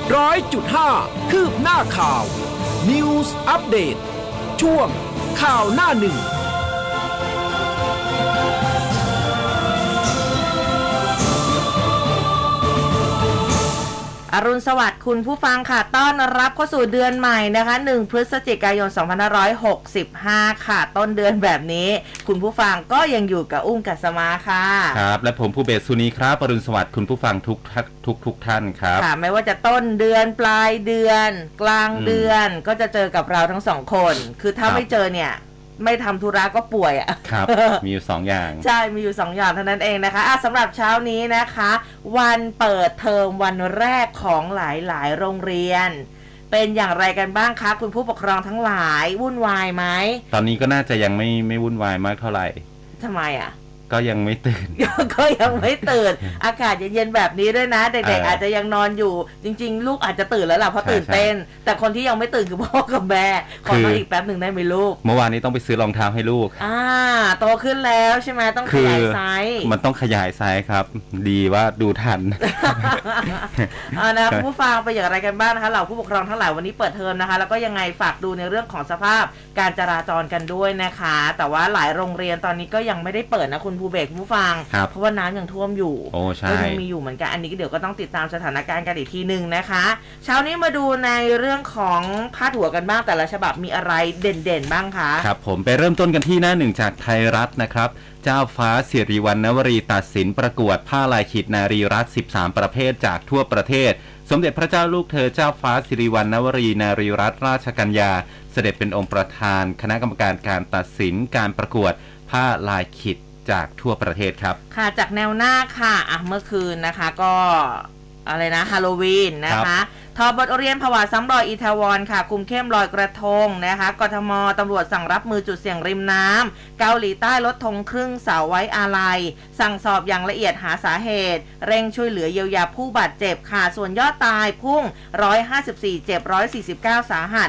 100.5 คืบหน้าข่าว News Update ช่วงข่าวหน้าหนึ่งอรุณสวัสดิ์คุณผู้ฟังค่ะต้อนรับเข้าสู่เดือนใหม่นะคะ1พฤศจิกายน2565ค่ะต้นเดือนแบบนี้คุณผู้ฟังก็ยังอยู่กับอุ้มกัสมาค่ะครับและผมผู้เบสสุนีครับอรุณสวัสดิ์คุณผู้ฟังทุกท่านครับค่ะไม่ว่าจะต้นเดือนปลายเดือนกลางเดือนก็จะเจอกับเราทั้งสองคนคือถ้าไม่เจอเนี่ยไม่ทำธุระก็ป่วยอ่ะครับมีอยู่2อย่างใช่มีอยู่2อย่างเท่านั้นเองนะคะสำหรับเช้านี้นะคะวันเปิดเทอมวันแรกของหลายๆโรงเรียนเป็นอย่างไรกันบ้างคะคุณผู้ปกครองทั้งหลายวุ่นวายไหมตอนนี้ก็น่าจะยังไม่วุ่นวายมากเท่าไหร่ทำไมอ่ะก็ยังไม่ตื่นก็ยังไม่ตื่นอากาศเย็นๆแบบนี้ด้วยนะเด็กๆอาจจะยังนอนอยู่จริงๆลูกอาจจะตื่นแล้วล่ะเพราะตื่นเต้นแต่คนที่ยังไม่ตื่นคือพ่อกับแม่ขอนอนอีกแป๊บหนึ่งได้ไหมลูกเมื่อวานนี้ต้องไปซื้อรองเท้าให้ลูกโตขึ้นแล้วใช่ไหมต้องขยายไซส์มันต้องขยายไซส์ครับดีว่าดูทันนะผู้ฟังไปอย่างไรกันบ้างนะคะเหล่าผู้ปกครองทั้งหลายวันนี้เปิดเทอมนะคะแล้วก็ยังไงฝากดูในเรื่องของสภาพการจราจรกันด้วยนะคะแต่ว่าหลายโรงเรียนตอนนี้ก็ยังไม่ได้เปิดนะคุณผู้เบกผู้ฟังเพราะว่าน้ำยังท่วมอยู่ก็ยังมีอยู่เหมือนกันอันนี้เดี๋ยวก็ต้องติดตามสถานการณ์กันอีกทีนึงนะคะเช้านี้มาดูในเรื่องของพาดหัวกันบ้างแต่ละฉบับมีอะไรเด่นๆบ้างคะครับผมไปเริ่มต้นกันที่หน้าหนึ่งจากไทยรัฐนะครับเจ้าฟ้าสิริวัณณวรีตัดสินประกวดผ้าลายขีดนารีรัตน์13ประเภทจากทั่วประเทศสมเด็จพระเจ้าลูกเธอเจ้าฟ้าสิริวัณณวรีนารีรัตน์ราชกัญญาเสด็จเป็นองค์ประธานคณะกรรมการการตัดสินการประกวดผ้าลายขีดจากทั่วประเทศครับค่ะจากแนวหน้าค่ะเมื่อคืนนะคะก็อะไรนะฮาโลวีนนะคะทบทเรียนผวาซ้ำรอยอีทาวรค่ะคุมเข้มลอยกระทงนะคะกทมตำรวจสั่งรับมือจุดเสี่ยงริมน้ำเกาหลีใต้ลดธงครึ่งเสาไว้อาลัยสั่งสอบอย่างละเอียดหาสาเหตุเร่งช่วยเหลือเยียวยาผู้บาดเจ็บค่ะส่วนยอดตายพุ่ง154เจ็บ149สาหัส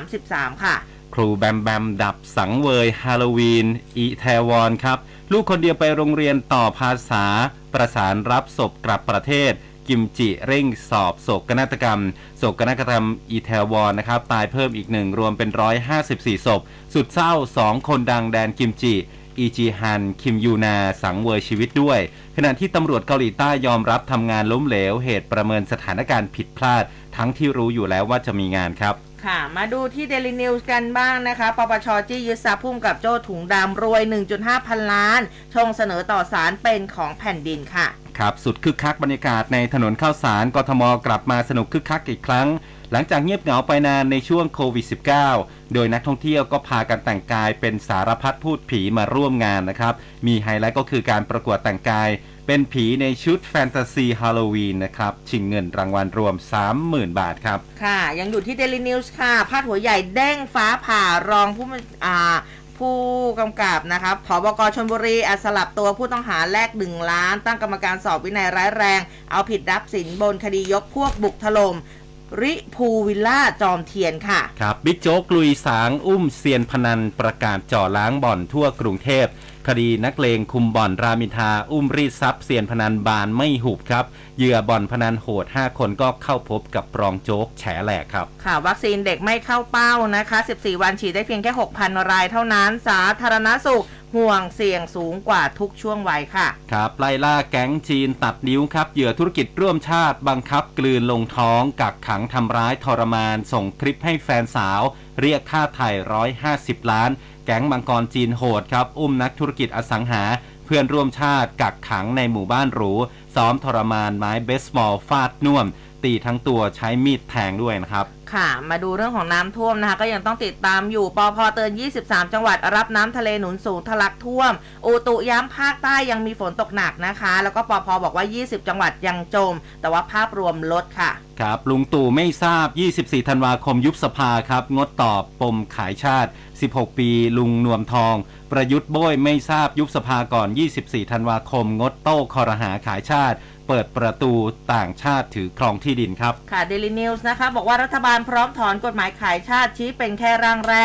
33ค่ะครูแบมแบมดับสังเวยฮาโลวีนอีแทวอนครับลูกคนเดียวไปโรงเรียนต่อภาษาประสานรับศพกลับประเทศกิมจิเร่งสอบโศกนาฏกรรมอีแทวอนนะครับตายเพิ่มอีก1รวมเป็น154ศพสุดเศร้า2คนดังแดนกิมจิอีจีฮันคิมยูนาสังเวยชีวิตด้วยขณะที่ตำรวจเกาหลีใต้ยอมรับทำงานล้มเหลวเหตุประเมินสถานการณ์ผิดพลาดทั้งที่รู้อยู่แล้วว่าจะมีงานครับค่ะมาดูที่ Daily News กันบ้างนะคะปปช.จี้ยึดทรัพย์พุ่มกับโจ้ถุงดำรวย 1.5 พันล้านชงเสนอต่อศาลเป็นของแผ่นดินค่ะครับสุดคึกคักบรรยากาศในถนนข้าวสารกทมกลับมาสนุกคึกคักอีกครั้งหลังจากเงียบเหงาไปนานในช่วงโควิด -19 โดยนักท่องเที่ยวก็พากันแต่งกายเป็นสารพัดพูดผีมาร่วมงานนะครับมีไฮไลท์ก็คือการประกวดแต่งกายเป็นผีในชุดแฟนตาซีฮาโลวีนนะครับชิงเงินรางวัลรวม 30,000 บาทครับค่ะยังอยู่ที่ Daily News ค่ะพาดหัวใหญ่เด้งฟ้าผ่ารองผู้กำกับนะครับผบก.ชลบุรีสลับตัวผู้ต้องหาแลก1 ล้านตั้งกรรมการสอบวินัยร้ายแรงเอาผิดรับสินบนคดียกพวกบุกถล่มริพูวิลล่าจอมเทียนค่ะครับบิ๊กโจ๊กลุยสางอุ้มเซียนพนันประกาศจ่อล้างบ่อนทั่วกรุงเทพคดีนักเลงคุมบ่อนรามอินทราอุ้มรีดทรัพย์เซียนพนันบานไม่หุบครับเหยื่อบ่อนพนันโหด5คนก็เข้าพบกับรองโจ๊กแฉแหลกครับค่ะวัคซีนเด็กไม่เข้าเป้านะคะ14วันฉีดได้เพียงแค่ 6,000 รายเท่านั้นสาธารณสุขห่วงเสี่ยงสูงกว่าทุกช่วงวัยค่ะครับไล่ล่าแก๊งจีนตัดนิ้วครับเหยื่อธุรกิจร่วมชาติบังคับกลืนลงท้องกักขังทำร้ายทรมานส่งคลิปให้แฟนสาวเรียกค่าไถ่150 ล้านแก๊งมังกรจีนโหดครับอุ้มนักธุรกิจอสังหาเพื่อนร่วมชาติกักขังในหมู่บ้านหรูซ้อมทรมานไม้เบสบอลฟาดน่วมตีทั้งตัวใช้มีดแทงด้วยนะครับค่ะมาดูเรื่องของน้ำท่วมนะคะก็ยังต้องติดตามอยู่ปภ.เตือน23จังหวัดรับน้ำทะเลหนุนสูงทะลักท่วมอุตุย้ำภาคใต้ยังมีฝนตกหนักนะคะแล้วก็ปภ.บอกว่า20จังหวัดยังจมแต่ว่าภาพรวมลดค่ะครับลุงตู่ไม่ทราบ24ธันวาคมยุบสภาครับงดตอบปมขายชาติ16ปีลุงนวมทองประยุทธ์โบยไม่ทราบยุบสภาก่อน24ธันวาคมงดโต้ครหาขายชาติเปิดประตูต่างชาติถือครองที่ดินครับค่ะ Daily News นะคะบอกว่ารัฐบาลพร้อมถอนกฎหมายขายชาติชี้เป็นแค่ร่างแรก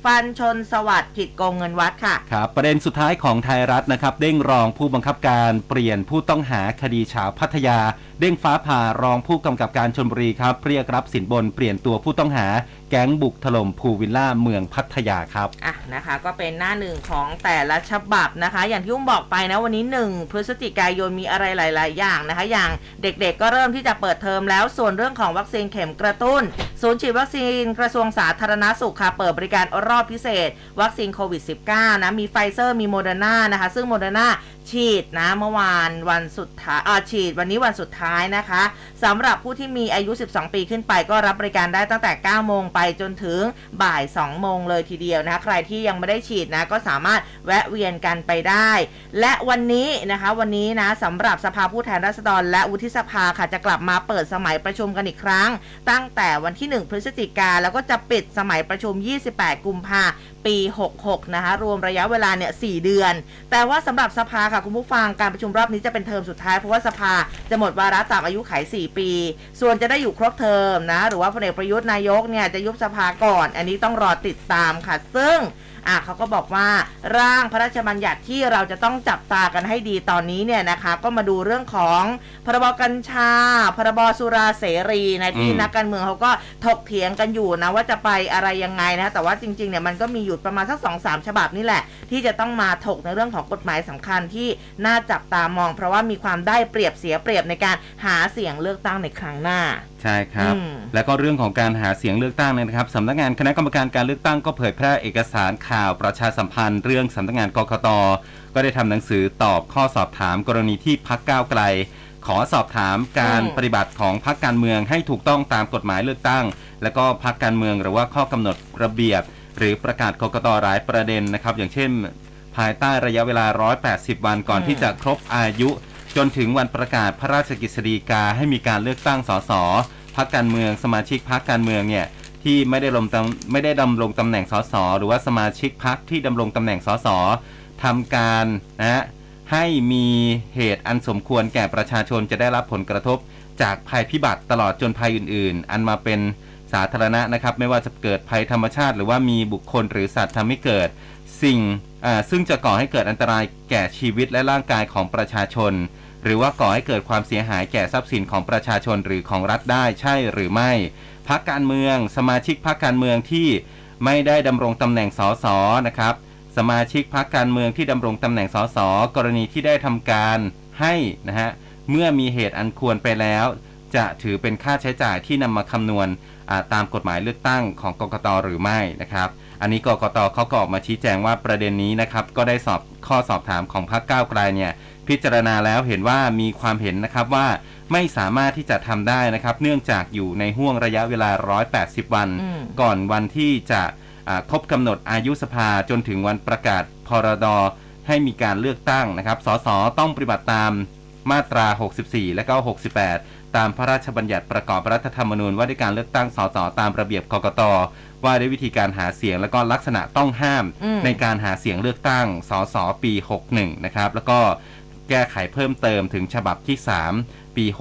ฟันชนสวัสดิ์ผิดโกงเงินวัดค่ะครับประเด็นสุดท้ายของไทยรัฐนะครับเด้งรองผู้บังคับการเปลี่ยนผู้ต้องหาคดีฉาวพัทยาเด้งฟ้าผ่ารองผู้กำกับการชลบุรีครับเรียกรับสินบนเปลี่ยนตัวผู้ต้องหาแก๊งบุกถล่มพูลวิลล่าเมืองพัทยาครับนะคะก็เป็นหน้าหนึ่งของแต่ละฉบับนะคะอย่างที่อุ้มบอกไปนะวันนี้1พฤศจิกายนมีอะไรหลายๆอย่างนะคะอย่างเด็กๆก็เริ่มที่จะเปิดเทอมแล้วส่วนเรื่องของวัคซีนเข็มกระตุ้นศูนย์ฉีดวัคซีนกระทรวงสาธารณสุขค่ะเปิดบริการรอบพิเศษวัคซีนโควิด -19 นะมีไฟเซอร์มีโมเดอร์นานะคะซึ่งโมเดอร์นาฉีดนะเมื่อวานวันสุดท้ายฉีดวันนี้วันสุดท้ายนะคะสำหรับผู้ที่มีอายุ12ปีขึ้นไปก็รับบริการได้ตั้งแต่9โมงไปจนถึงบ่าย2โมงเลยทีเดียวนะใครที่ยังไม่ได้ฉีดนะก็สามารถแวะเวียนกันไปได้และวันนี้นะสำหรับสภาผู้แทนราษฎรและวุฒิสภาค่ะจะกลับมาเปิดสมัยประชุมกันอีกครั้งตั้งแต่วันที่1พฤศจิกายนแล้วก็จะปิดสมัยประชุม28กุมภาพันธ์ปี66นะคะรวมระยะเวลาเนี่ย4เดือนแต่ว่าสำหรับสภาค่ะคุณผู้ฟังการประชุมรอบนี้จะเป็นเทอมสุดท้ายเพราะว่าสภาจะหมดวาระตามอายุขัย4ปีส่วนจะได้อยู่ครบเทอมนะหรือว่าพลเอกประยุทธ์นายกเนี่ยจะยุบสภาก่อนอันนี้ต้องรอติดตามค่ะซึ่งเขาก็บอกว่าร่างพระราชบัญญัติที่เราจะต้องจับตากันให้ดีตอนนี้เนี่ยนะคะก็มาดูเรื่องของพรบกัญชาพรบสุราเสรีนะที่นักการเมืองเขาก็ถกเถียงกันอยู่นะว่าจะไปอะไรยังไงนะแต่ว่าจริงๆเนี่ยมันก็มีอยู่ประมาณสัก 2-3 ฉบับนี่แหละที่จะต้องมาถกในเรื่องของกฎหมายสำคัญที่น่าจับตามองเพราะว่ามีความได้เปรียบเสียเปรียบในการหาเสียงเลือกตั้งในครั้งหน้าใช่ครับแล้วก็เรื่องของการหาเสียงเลือกตั้งนะครับสำนักงานคณะกรรมการการเลือกตั้งก็เผยแพร่เอกสารข่าวประชาสัมพันธ์เรื่องสำนักงานกกต.ก็ได้ทำหนังสือตอบข้อสอบถามกรณีที่พรรคก้าวไกลขอสอบถามการปฏิบัติของพรรคการเมืองให้ถูกต้องตามกฎหมายเลือกตั้งแล้วก็พรรคการเมืองหรือว่าข้อกำหนดระเบียบหรือประกาศกกต.หลายประเด็นนะครับอย่างเช่นภายใต้ระยะเวลา180วันก่อนที่จะครบอายุจนถึงวันประกาศพระราชกฤษฎีกาให้มีการเลือกตั้งสสพรรคการเมืองสมาชิกพรรคการเมืองเนี่ยที่ไม่ได้ดำรงตำแหน่งสสหรือว่าสมาชิกพรรคที่ดำรงตำแหน่งสสทำการให้มีเหตุอันสมควรแก่ประชาชนจะได้รับผลกระทบจากภัยพิบัติตลอดจนภัยอื่นๆอันมาเป็นสาธารณะนะครับไม่ว่าจะเกิดภัยธรรมชาติหรือว่ามีบุคคลหรือสัตว์ทำให้เกิดสิ่งซึ่งจะก่อให้เกิดอันตรายแก่ชีวิตและร่างกายของประชาชนหรือว่าก่อให้เกิดความเสียหายแก่ทรัพย์สินของประชาชนหรือของรัฐได้ใช่หรือไม่พรรคการเมืองสมาชิกพรรคการเมืองที่ไม่ได้ดำรงตำแหน่งสสนะครับสมาชิกพรรคการเมืองที่ดำรงตำแหน่งสสกรณีที่ได้ทำการให้นะฮะเมื่อมีเหตุอันควรไปแล้วจะถือเป็นค่าใช้จ่ายที่นำมาคำนวณตามกฎหมายเลือกตั้งของกกต.หรือไม่นะครับอันนี้กกต.เขาก็ออกมาชี้แจงว่าประเด็นนี้นะครับก็ได้ข้อสอบถามของพรรคก้าวไกลเนี่ยพิจารณาแล้วเห็นว่ามีความเห็นนะครับว่าไม่สามารถที่จะทำได้นะครับเนื่องจากอยู่ในห่วงระยะเวลา180วันก่อนวันที่จะครบกำหนดอายุสภาจนถึงวันประกาศพรด.ให้มีการเลือกตั้งนะครับสสต้องปฏิบัติตามมาตรา64และก็68ตามพระราชบัญญัติประกอบรัฐธรรมนูญว่าด้วยการเลือกตั้งสสตามระเบียบกกต.ว่าด้วยวิธีการหาเสียงและก็ลักษณะต้องห้ามในการหาเสียงเลือกตั้งสสปี61นะครับแล้วก็แก้ไขเพิ่มเติมถึงฉบับที่3ปี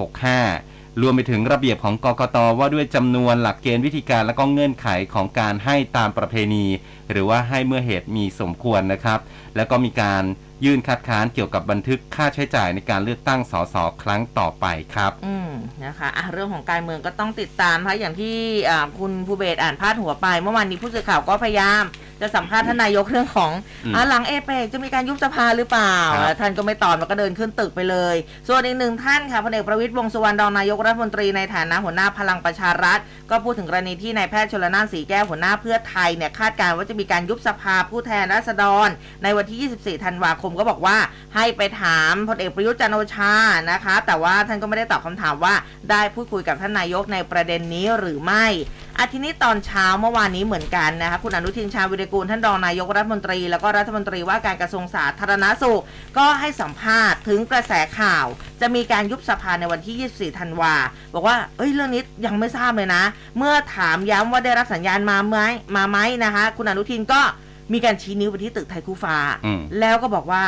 65รวมไปถึงระเบียบของกกต.ว่าด้วยจำนวนหลักเกณฑ์วิธีการและก็เงื่อนไขของการให้ตามประเพณีหรือว่าให้เมื่อเหตุมีสมควรนะครับแล้วก็มีการยื่นคัดค้านเกี่ยวกับบันทึกค่าใช้จ่ายในการเลือกตั้งสสครั้งต่อไปครับนะคะเรื่องของการเมืองก็ต้องติดตามค่ะอย่างที่คุณภูเบศอ่านพาดหัวไปเมื่อวานนี้ผู้สื่อข่าวก็พยายามจะสัมภาษณ์ท่านนายกเรื่องของหลังเอเปกจะมีการยุบสภาหรือเปล่าท่านก็ไม่ตอบแล้วก็เดินขึ้นตึกไปเลยส่วนอีกหนึ่งท่านค่ะพลเอกประวิตรวงษ์สุวรรณรองนายกรัฐมนตรีในฐานะหัวหน้าพลังประชารัฐก็พูดถึงกรณีที่นายแพทย์ชลน่าน สีแก้วหัวหน้าเพื่อไทยเนี่ยคาดการณ์ว่าจะมีการยุบสภาผู้แทนราษฎรในวันที่24ธันวาคมก็บอกว่าให้ไปถามพลเอกประยุทธ์จันทร์โอชานะคะแต่ว่าท่านก็ไม่ได้ตอบคำถามว่าได้พูดคุยกับท่านนายกในประเด็นนี้หรือไม่ทีนี้ตอนเช้าเมื่อวานนี้เหมือนกันนะคะคุณอนุทินชาญวิรกูลท่านรองนายกรัฐมนตรีแล้วก็รัฐมนตรีว่าการกระทรวงสาธารณสุขก็ให้สัมภาษณ์ถึงกระแสข่าวจะมีการยุบสภาในวันที่24ธันวาบอกว่าเรื่องนี้ยังไม่ทราบเลยนะเมื่อถามย้ำว่าได้รับสัญญาณมาไหมนะคะคุณอนุทินก็มีการชี้นิ้วไปที่ตึกไทยคู่ฟ้าแล้วก็บอกว่า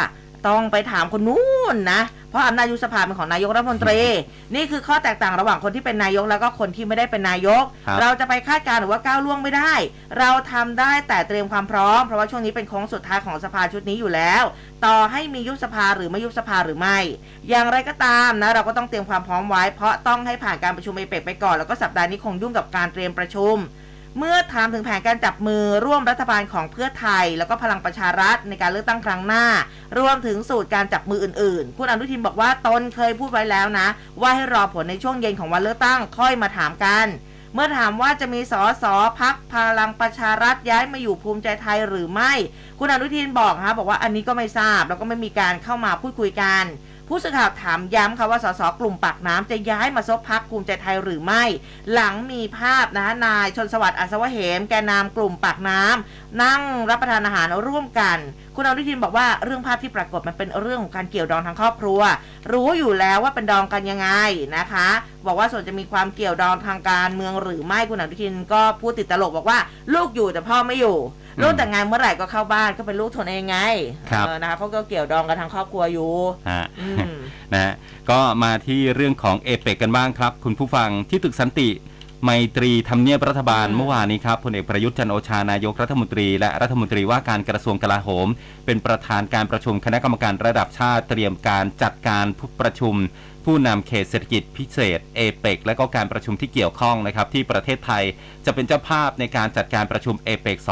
ต้องไปถามคนนู้นนะเพราะอำนาจยุบสภาเป็นของนายกรัฐมนตรีนี่คือข้อแตกต่างระหว่างคนที่เป็นนายกแล้วก็คนที่ไม่ได้เป็นนายกเราจะไปคาดการณ์หรือว่าก้าวล่วงไม่ได้เราทำได้แต่เตรียมความพร้อมเพราะว่าช่วงนี้เป็นโค้งสุดท้ายของสภาชุดนี้อยู่แล้วต่อให้มียุบสภาหรือไม่ยุบสภาหรือไม่อย่างไรก็ตามนะเราก็ต้องเตรียมความพร้อมไว้เพราะต้องให้ผ่านการประชุมเอเปกไปก่อนแล้วก็สัปดาห์นี้คงยุ่งกับการเตรียมประชุมเมื่อถามถึงแผนการจับมือร่วมรัฐบาลของเพื่อไทยแล้วก็พลังประชารัฐในการเลือกตั้งครั้งหน้ารวมถึงสูตรการจับมืออื่นๆคุณอนุทินบอกว่าตนเคยพูดไว้แล้วนะว่าให้รอผลในช่วงเย็นของวันเลือกตั้งค่อยมาถามกันเมื่อถามว่าจะมีสสพรรคพลังประชารัฐย้ายมาอยู่ภูมิใจไทยหรือไม่คุณอนุทินบอกว่าอันนี้ก็ไม่ทราบแล้วก็ไม่มีการเข้ามาพูดคุยกันผู้สื่อข่าวถามย้ำค่ะว่าสสกลุ่มปากน้ำจะย้ายมาซบพรรคภูมิใจไทยหรือไม่หลังมีภาพนายชนสวัสดิ์อัศวเหมแกนนำกลุ่มปากน้ำนั่งรับประทานอาหารร่วมกันคุณอนุทินบอกว่าเรื่องภาพที่ปรากฏมันเป็นเรื่องของการเกี่ยวดองทางครอบครัวรู้อยู่แล้วว่าเป็นดองกันยังไงนะคะบอกว่าส่วนจะมีความเกี่ยวดองทางการเมืองหรือไม่คุณอนุทินก็พูดติดตลกบอกว่าลูกอยู่แต่พ่อไม่อยู่ลูกแต่งงานเมื่อไหร่ก็เข้าบ้านก็เป็นลูกทนเองไงนะคะเขาก็เกี่ยวดองกันทางครอบครัวอยู่นะก็มาที่เรื่องของเอเปกกันบ้างครับคุณผู้ฟังที่ตึกสันติไมตรีทำเนียบรัฐบาลเมื่อวานนี้ครับพลเอกประยุทธ์จันทร์โอชานายกรัฐมนตรีและรัฐมนตรีว่าการกระทรวงกลาโหมเป็นประธานการประชุมคณะกรรมการระดับชาติเตรียมการจัดการประชุมผู้นำเขตเศรษฐกิจพิเศษเอเปกและก็การประชุมที่เกี่ยวข้องนะครับที่ประเทศไทยจะเป็นเจ้าภาพในการจัดการประชุมเอเปก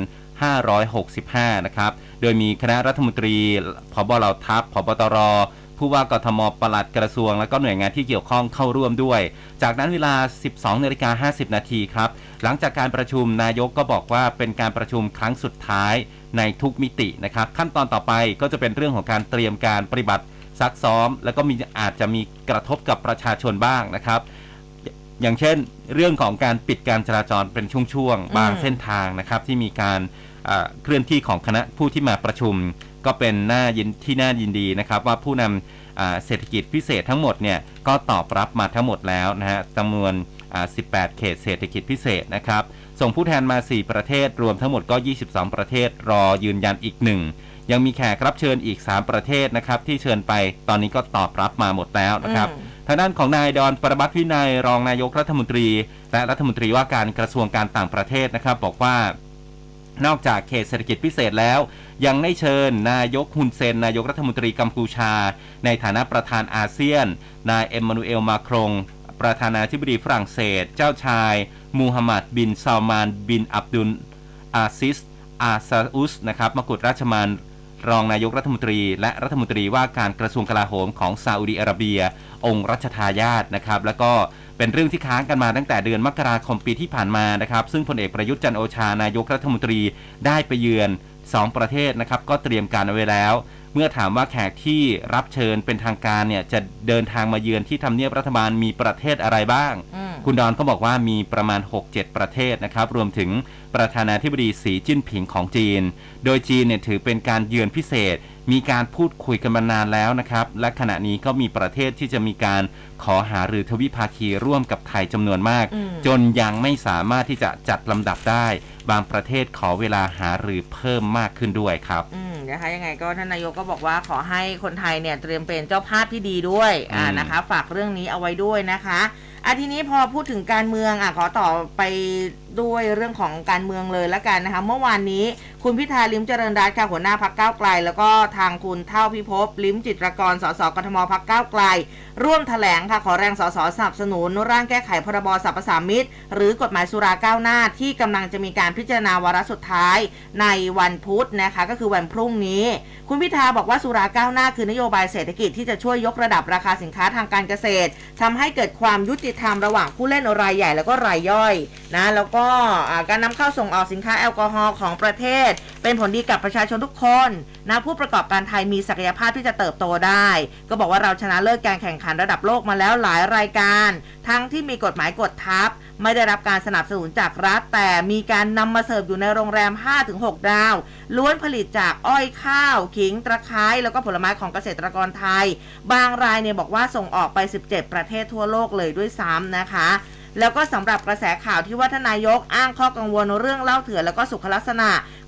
2565นะครับโดยมีคณะรัฐมนตรีผบ.เหล่าทัพผบ.ตร.ผู้ว่ากทม.ปลัดกระทรวงและก็หน่วยงานที่เกี่ยวข้องเข้าร่วมด้วยจากนั้นเวลา 12:50 นาทีครับหลังจากการประชุมนายกก็บอกว่าเป็นการประชุมครั้งสุดท้ายในทุกมิตินะครับขั้นตอนต่อไปก็จะเป็นเรื่องของการเตรียมการปฏิบัติซักซ้อมแล้วก็อาจจะมีกระทบกับประชาชนบ้างนะครับอย่างเช่นเรื่องของการปิดการจราจรเป็นช่วงๆบางเส้นทางนะครับที่มีการเคลื่อนที่ของคณะผู้ที่มาประชุมก็เป็นน่ายินดีนะครับว่าผู้นำเศรษฐกิจพิเศษทั้งหมดเนี่ยก็ตอบรับมาทั้งหมดแล้วนะฮะจำนวน18เขตเศรษฐกิจพิเศษนะครับส่งผู้แทนมา4ประเทศรวมทั้งหมดก็22ประเทศรอยืนยันอีก1ยังมีแขกรับเชิญอีก3ประเทศนะครับที่เชิญไปตอนนี้ก็ตอบรับมาหมดแล้วนะครับทางด้านของนายดอนปรมัตถ์วินัยรองนายกรัฐมนตรีและรัฐมนตรีว่าการกระทรวงการต่างประเทศนะครับบอกว่านอกจากเขตเศรษฐกิจพิเศษแล้วยังได้เชิญนายกฮุนเซนนายกรัฐมนตรีกัมพูชาในฐานะประธานอาเซียนนายเอ็มมานูเอลมาครงประธานาธิบดีฝรั่งเศสเจ้าชายมูฮัมหมัดบินซาลมานบินอับดุลอาซิสอาซาอุสนะครับมกุฎราชมานรองนายกรัฐมนตรีและรัฐมนตรีว่าการกระทรวงกลาโหมของซาอุดิอาระเบียองค์รัชทายาทนะครับแล้วก็เป็นเรื่องที่ค้างกันมาตั้งแต่เดือนมกราคมปีที่ผ่านมานะครับซึ่งพลเอกประยุทธ์จันทร์โอชานายกรัฐมนตรีได้ไปเยือน2ประเทศนะครับก็เตรียมการเอาไว้แล้วเมื่อถามว่าแขกที่รับเชิญเป็นทางการเนี่ยจะเดินทางมาเยือนที่ทำเนียบรัฐบาลมีประเทศอะไรบ้างคุณดอนก็บอกว่ามีประมาณ 6-7 ประเทศนะครับรวมถึงประธานาธิบดีสีจิ้นผิงของจีนโดยจีนเนี่ยถือเป็นการเยือนพิเศษมีการพูดคุยกันมานานแล้วนะครับและขณะนี้ก็มีประเทศที่จะมีการขอหารือทวิภาคีร่วมกับไทยจำนวนมากจนยังไม่สามารถที่จะจัดลำดับได้บางประเทศขอเวลาหารือเพิ่มมากขึ้นด้วยครับนะคะยังไงก็ท่านนายกก็บอกว่าขอให้คนไทยเนี่ยเตรียมเป็นเจ้าภาพที่ดีด้วยนะคะฝากเรื่องนี้เอาไว้ด้วยนะคะทีนี้พอพูดถึงการเมืองขอต่อไปด้วยเรื่องของการเมืองเลยละกันนะคะเมื่อวานนี้คุณพิธาลิ้มเจริญรัตน์ค่ะหัวหน้าพรรคก้าวไกลแล้วก็ทางคุณเท่าพิภพลิ้มจิตรกรสสกทมพรรคก้าวไกลร่วมแถลงค่ะขอแรงสสสนับสนุนร่างแก้ไขพรบสรรพสามิตหรือกฎหมายสุราก้าวหน้าที่กำลังจะมีการพิจารณาวาระสุดท้ายในวันพุธนะคะก็คือวันพรุ่งนี้คุณพิธาบอกว่าสุราก้าวหน้าคือนโยบายเศรษฐกิจที่จะช่วยยกระดับราคาสินค้าทางการเกษตรทำให้เกิดความยุติธรรมระหว่างผู้เล่นรายใหญ่แล้วก็รายย่อยนะแล้วก็การนำเข้าส่งออกสินค้าแอลกอฮอล์ของประเทศเป็นผลดีกับประชาชนทุกคนนะผู้ประกอบการไทยมีศักยภาพที่จะเติบโตได้ก็บอกว่าเราชนะเลิศการแข่งขันระดับโลกมาแล้วหลายรายการทั้งที่มีกฎหมายกดทับไม่ได้รับการสนับสนุนจากรัฐแต่มีการนำมาเสิร์ฟอยู่ในโรงแรม 5-6 ดาวล้วนผลิตจากอ้อยข้าวขิงตะไคร้แล้วก็ผลไม้ของเกษตรกรไทยบางรายเนี่ยบอกว่าส่งออกไป17ประเทศทั่วโลกเลยด้วยซ้ำนะคะแล้วก็สำหรับกระแสข่าวที่ว่าทนายกอ้างข้อกังวลเรื่องเหล้าเถื่อนแล้วก็สุขลักษณะ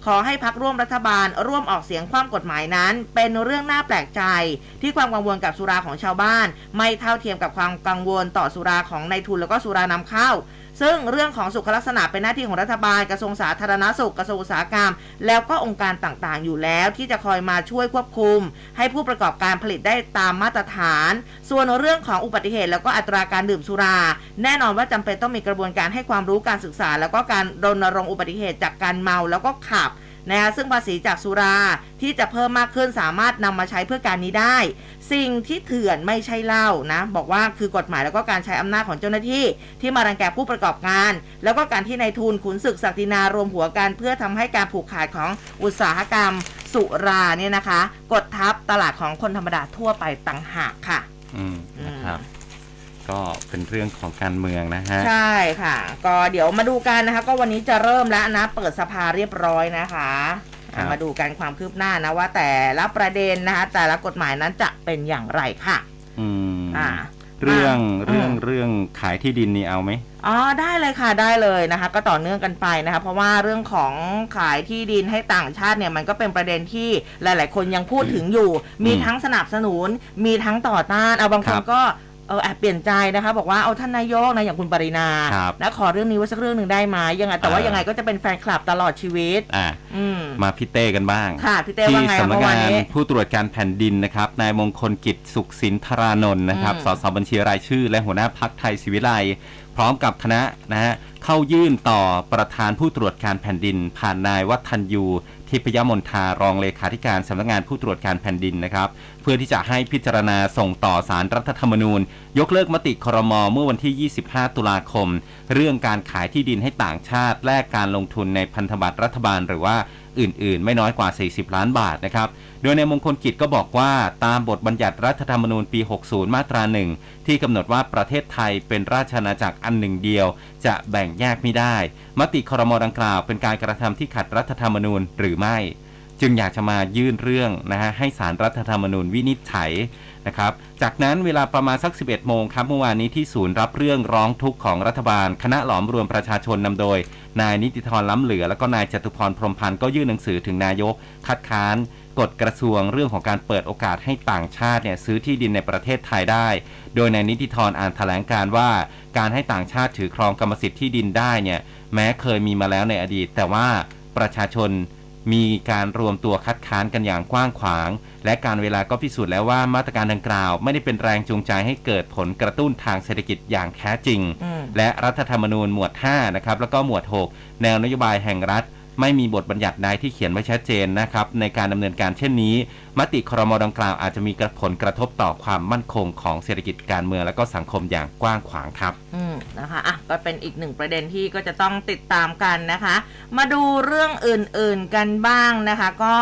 ขอให้พรรคร่วมรัฐบาลร่วมออกเสียงคว่ำกฎหมายนั้นเป็นเรื่องน่าแปลกใจที่ความกังวลกับสุราของชาวบ้านไม่เท่าเทียมกับความกังวลต่อสุราของนายทุนแล้วก็สุรานำเข้าซึ่งเรื่องของสุขลักษณะเป็นหน้าที่ของรัฐบาลกระทรวงสาธารณสุขกระทรวงอุตสาหกรรมแล้วก็องค์การต่างๆอยู่แล้วที่จะคอยมาช่วยควบคุมให้ผู้ประกอบการผลิตได้ตามมาตรฐานส่วนเรื่องของอุบัติเหตุแล้วก็อัตราการดื่มสุราแน่นอนว่าจำเป็นต้องมีกระบวนการให้ความรู้การศึกษาแล้วก็การรณรงค์อุบัติเหตุจากการเมาแล้วก็ขับนะคะซึ่งภาษีจากสุราที่จะเพิ่มมากขึ้นสามารถนำมาใช้เพื่อการนี้ได้สิ่งที่เถื่อนไม่ใช่เหล้านะบอกว่าคือกฎหมายแล้วก็การใช้อำนาจของเจ้าหน้าที่ที่มารังแกผู้ประกอบการแล้วก็การที่นายทุนขุนศึกศักดินารวมหัวกันเพื่อทำให้การผูกขาดของอุตสาหกรรมสุราเนี่ยนะคะกดทับตลาดของคนธรรมดาทั่วไปต่างหากค่ะนะครับก็เป็นเรื่องของการเมืองนะฮะใช่ค่ะก็เดี๋ยวมาดูกันนะคะก็วันนี้จะเริ่มแล้วนะเปิดสภาเรียบร้อยนะคะมาดูกันความคืบหน้านะว่าแต่ละประเด็นนะคะแต่ละกฎหมายนั้นจะเป็นอย่างไรค่ะเรื่องขายที่ดินนี่เอาไหมได้เลยค่ะได้เลยนะคะก็ต่อเนื่องกันไปนะคะเพราะว่าเรื่องของขายที่ดินให้ต่างชาติเนี่ยมันก็เป็นประเด็นที่หลายๆคนยังพูดถึงอยู่มีทั้งสนับสนุนมีทั้งต่อต้านบางคนก็แอบเปลี่ยนใจนะคะบอกว่าท่านนายกนะอย่างคุณปรินานะขอเรื่องนี้ไว้สักเรื่องหนึ่งได้ไหมยังไงแต่ว่ายังไงก็จะเป็นแฟนคลับตลอดชีวิตมาพี่เต้กันบ้างค่ะพี่เต้ว่าไงที่สำนักงานผู้ตรวจการแผ่นดินนะครับนายมงคลกิจสุขสินธารานนท์นะครับสสบัญชีรายชื่อและหัวหน้าพรรคไทยศิวิไลย์พร้อมกับคณะนะฮะเข้ายื่นต่อประธานผู้ตรวจการแผ่นดินผ่านนายวัฒนยูทิพยมนทารองเลขาธิการสำนักงานผู้ตรวจการแผ่นดินนะครับเพื่อที่จะให้พิจารณาส่งต่อศาลรัฐธรรมนูญยกเลิกมติครม.เมื่อวันที่25ตุลาคมเรื่องการขายที่ดินให้ต่างชาติแลกการลงทุนในพันธบัตรรัฐบาลหรือว่าอื่นๆไม่น้อยกว่า40ล้านบาทนะครับโดยในมงคลกิจก็บอกว่าตามบทบัญญัติรัฐธรรมนูญปี60มาตรา1ที่กำหนดว่าประเทศไทยเป็นราชอาณาจักรอันหนึ่งเดียวจะแบ่งแยกไม่ได้มติครม.ดังกล่าวเป็นการกระทำที่ขัดรัฐธรรมนูญหรือไม่จึงอยากจะมายื่นเรื่องนะฮะให้ศาลรัฐธรรมนูญวินิจฉัยนะครับจากนั้นเวลาประมาณสัก 11 โมงครับเมื่อวานนี้ที่ศูนย์รับเรื่องร้องทุกข์ของรัฐบาลคณะหลอมรวมประชาชนนำโดยนายนิติธรล้ำเหลือและก็นายจตุพรพรหมพันธ์ก็ยื่นหนังสือถึงนายกคัดค้านกฎกระทรวงเรื่องของการเปิดโอกาสให้ต่างชาติเนี่ยซื้อที่ดินในประเทศไทยได้โดยนายนิติธรอ่านแถลงการว่าการให้ต่างชาติถือครองกรรมสิทธิ์ที่ดินได้เนี่ยแม้เคยมีมาแล้วในอดีตแต่ว่าประชาชนมีการรวมตัวคัดค้านกันอย่างกว้างขวางและการเวลาก็พิสูจน์แล้วว่ามาตรการดังกล่าวไม่ได้เป็นแรงจูงใจให้เกิดผลกระตุ้นทางเศรษฐกิจอย่างแท้จริงและรัฐธรรมนูญหมวด5นะครับแล้วก็หมวด6แนวนโยบายแห่งรัฐไม่มีบทบัญญัติใดที่เขียนไว้ชัดเจนนะครับในการดำเนินการเช่นนี้มติครม.ดังกล่าวอาจจะมีผลกระทบต่อความมั่นคงของเศรษฐกิจการเมืองและก็สังคมอย่างกว้างขวางครับนะคะก็เป็นอีกหนึ่งประเด็นที่ก็จะต้องติดตามกันนะคะมาดูเรื่องอื่นๆกันบ้างนะคะก็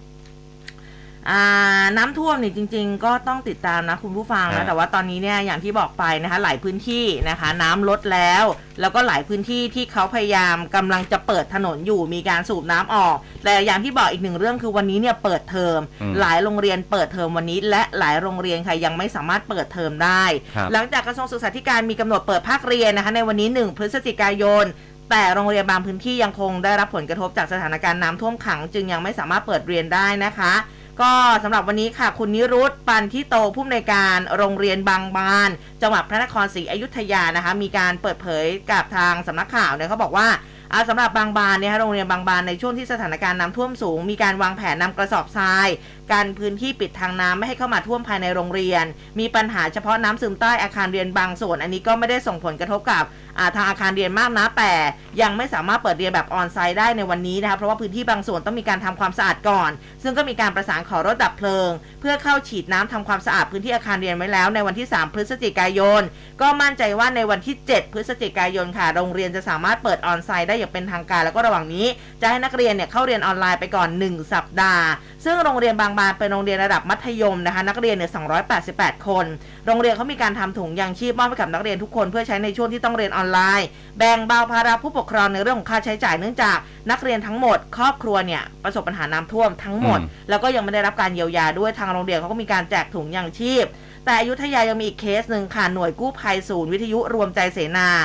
น้ำท่วมนี่จริงๆก็ต้องติดตามนะคุณผู้ฟังนะแต่ว่าตอนนี้เนี่ยอย่างที่บอกไปนะคะหลายพื้นที่นะคะน้ำลดแล้วก็หลายพื้นที่ที่เขาพยายามกำลังจะเปิดถนนอยู่มีการสูบน้ำออกแต่อย่างที่บอกอีกหนึ่งเรื่องคือวันนี้เนี่ยเปิดเทอมหลายโรงเรียนเปิดเทอมวันนี้และหลายโรงเรียนค่ะยังไม่สามารถเปิดเทอมได้หลังจากกระทรวงศึกษาธิการมีกำหนดเปิดภาคเรียนนะคะในวันนี้1พฤศจิกายนแต่โรงเรียนบางพื้นที่ยังคงได้รับผลกระทบจากสถานการณ์น้ำท่วมขังจึงยังไม่สามารถเปิดเรียนได้นะคะก็สำหรับวันนี้ค่ะคุณนิรุตปันทิโตผู้อำนวยการโรงเรียนบางบานจังหวัดพระนครศรีอยุธยานะคะมีการเปิดเผยกับทางสำนักข่าวเนี่ยเขาบอกว่าสำหรับบางบานเนี่ยโรงเรียนบางบานในช่วงที่สถานการณ์น้ำท่วมสูงมีการวางแผนนำกระสอบทรายการพื้นที่ปิดทางน้ำไม่ให้เข้ามาท่วมภายในโรงเรียนมีปัญหาเฉพาะน้ำซึมใต้อาคารเรียนบางส่วนอันนี้ก็ไม่ได้ส่งผลกระทบกับทางอาคารเรียนมากนะแต่ยังไม่สามารถเปิดเรียนแบบออนไซต์ได้ในวันนี้นะคะเพราะว่าพื้นที่บางส่วนต้องมีการทำความสะอาดก่อนซึ่งก็มีการประสานขอรถดับเพลิงเพื่อเข้าฉีดน้ำทำความสะอาดพื้นที่อาคารเรียนไว้แล้วในวันที่3พฤศจิกายนก็มั่นใจว่าในวันที่7พฤศจิกายนค่ะโรงเรียนจะสามารถเปิดออนไซต์ได้อย่างเป็นทางการแล้วก็ระหว่างนี้จะให้นักเรียนเนี่ยเข้าเรียนออนไลน์ไปก่อน1สัปดาห์ซึ่งโรงเรียนบางบานเป็นโรงเรียนระดับมัธยมนะคะนักเรียนเนี่ย288คนโรงเรียนเขามีการทำถุงยางชีพมอบให้กับนักเรียนทุกคนเพื่อใช้ในช่วงที่ต้องเรียนออนไลน์แบ่งเบาภาระผู้ปกครองในเรื่องของค่าใช้จ่ายเนื่องจากนักเรียนทั้งหมดครอบครัวเนี่ยประสบปัญหาน้ำท่วมทั้งหมดแล้วก็ยังไม่ได้รับการเยียวยาด้วยทางโรงเรียนเขาก็มีการแจกถุงยางชีพแต่อยุธยายังมีอีกเคสหนึ่งค่ะหน่วยกู้ภัยศูนย์วิทยุรวมใจเสนา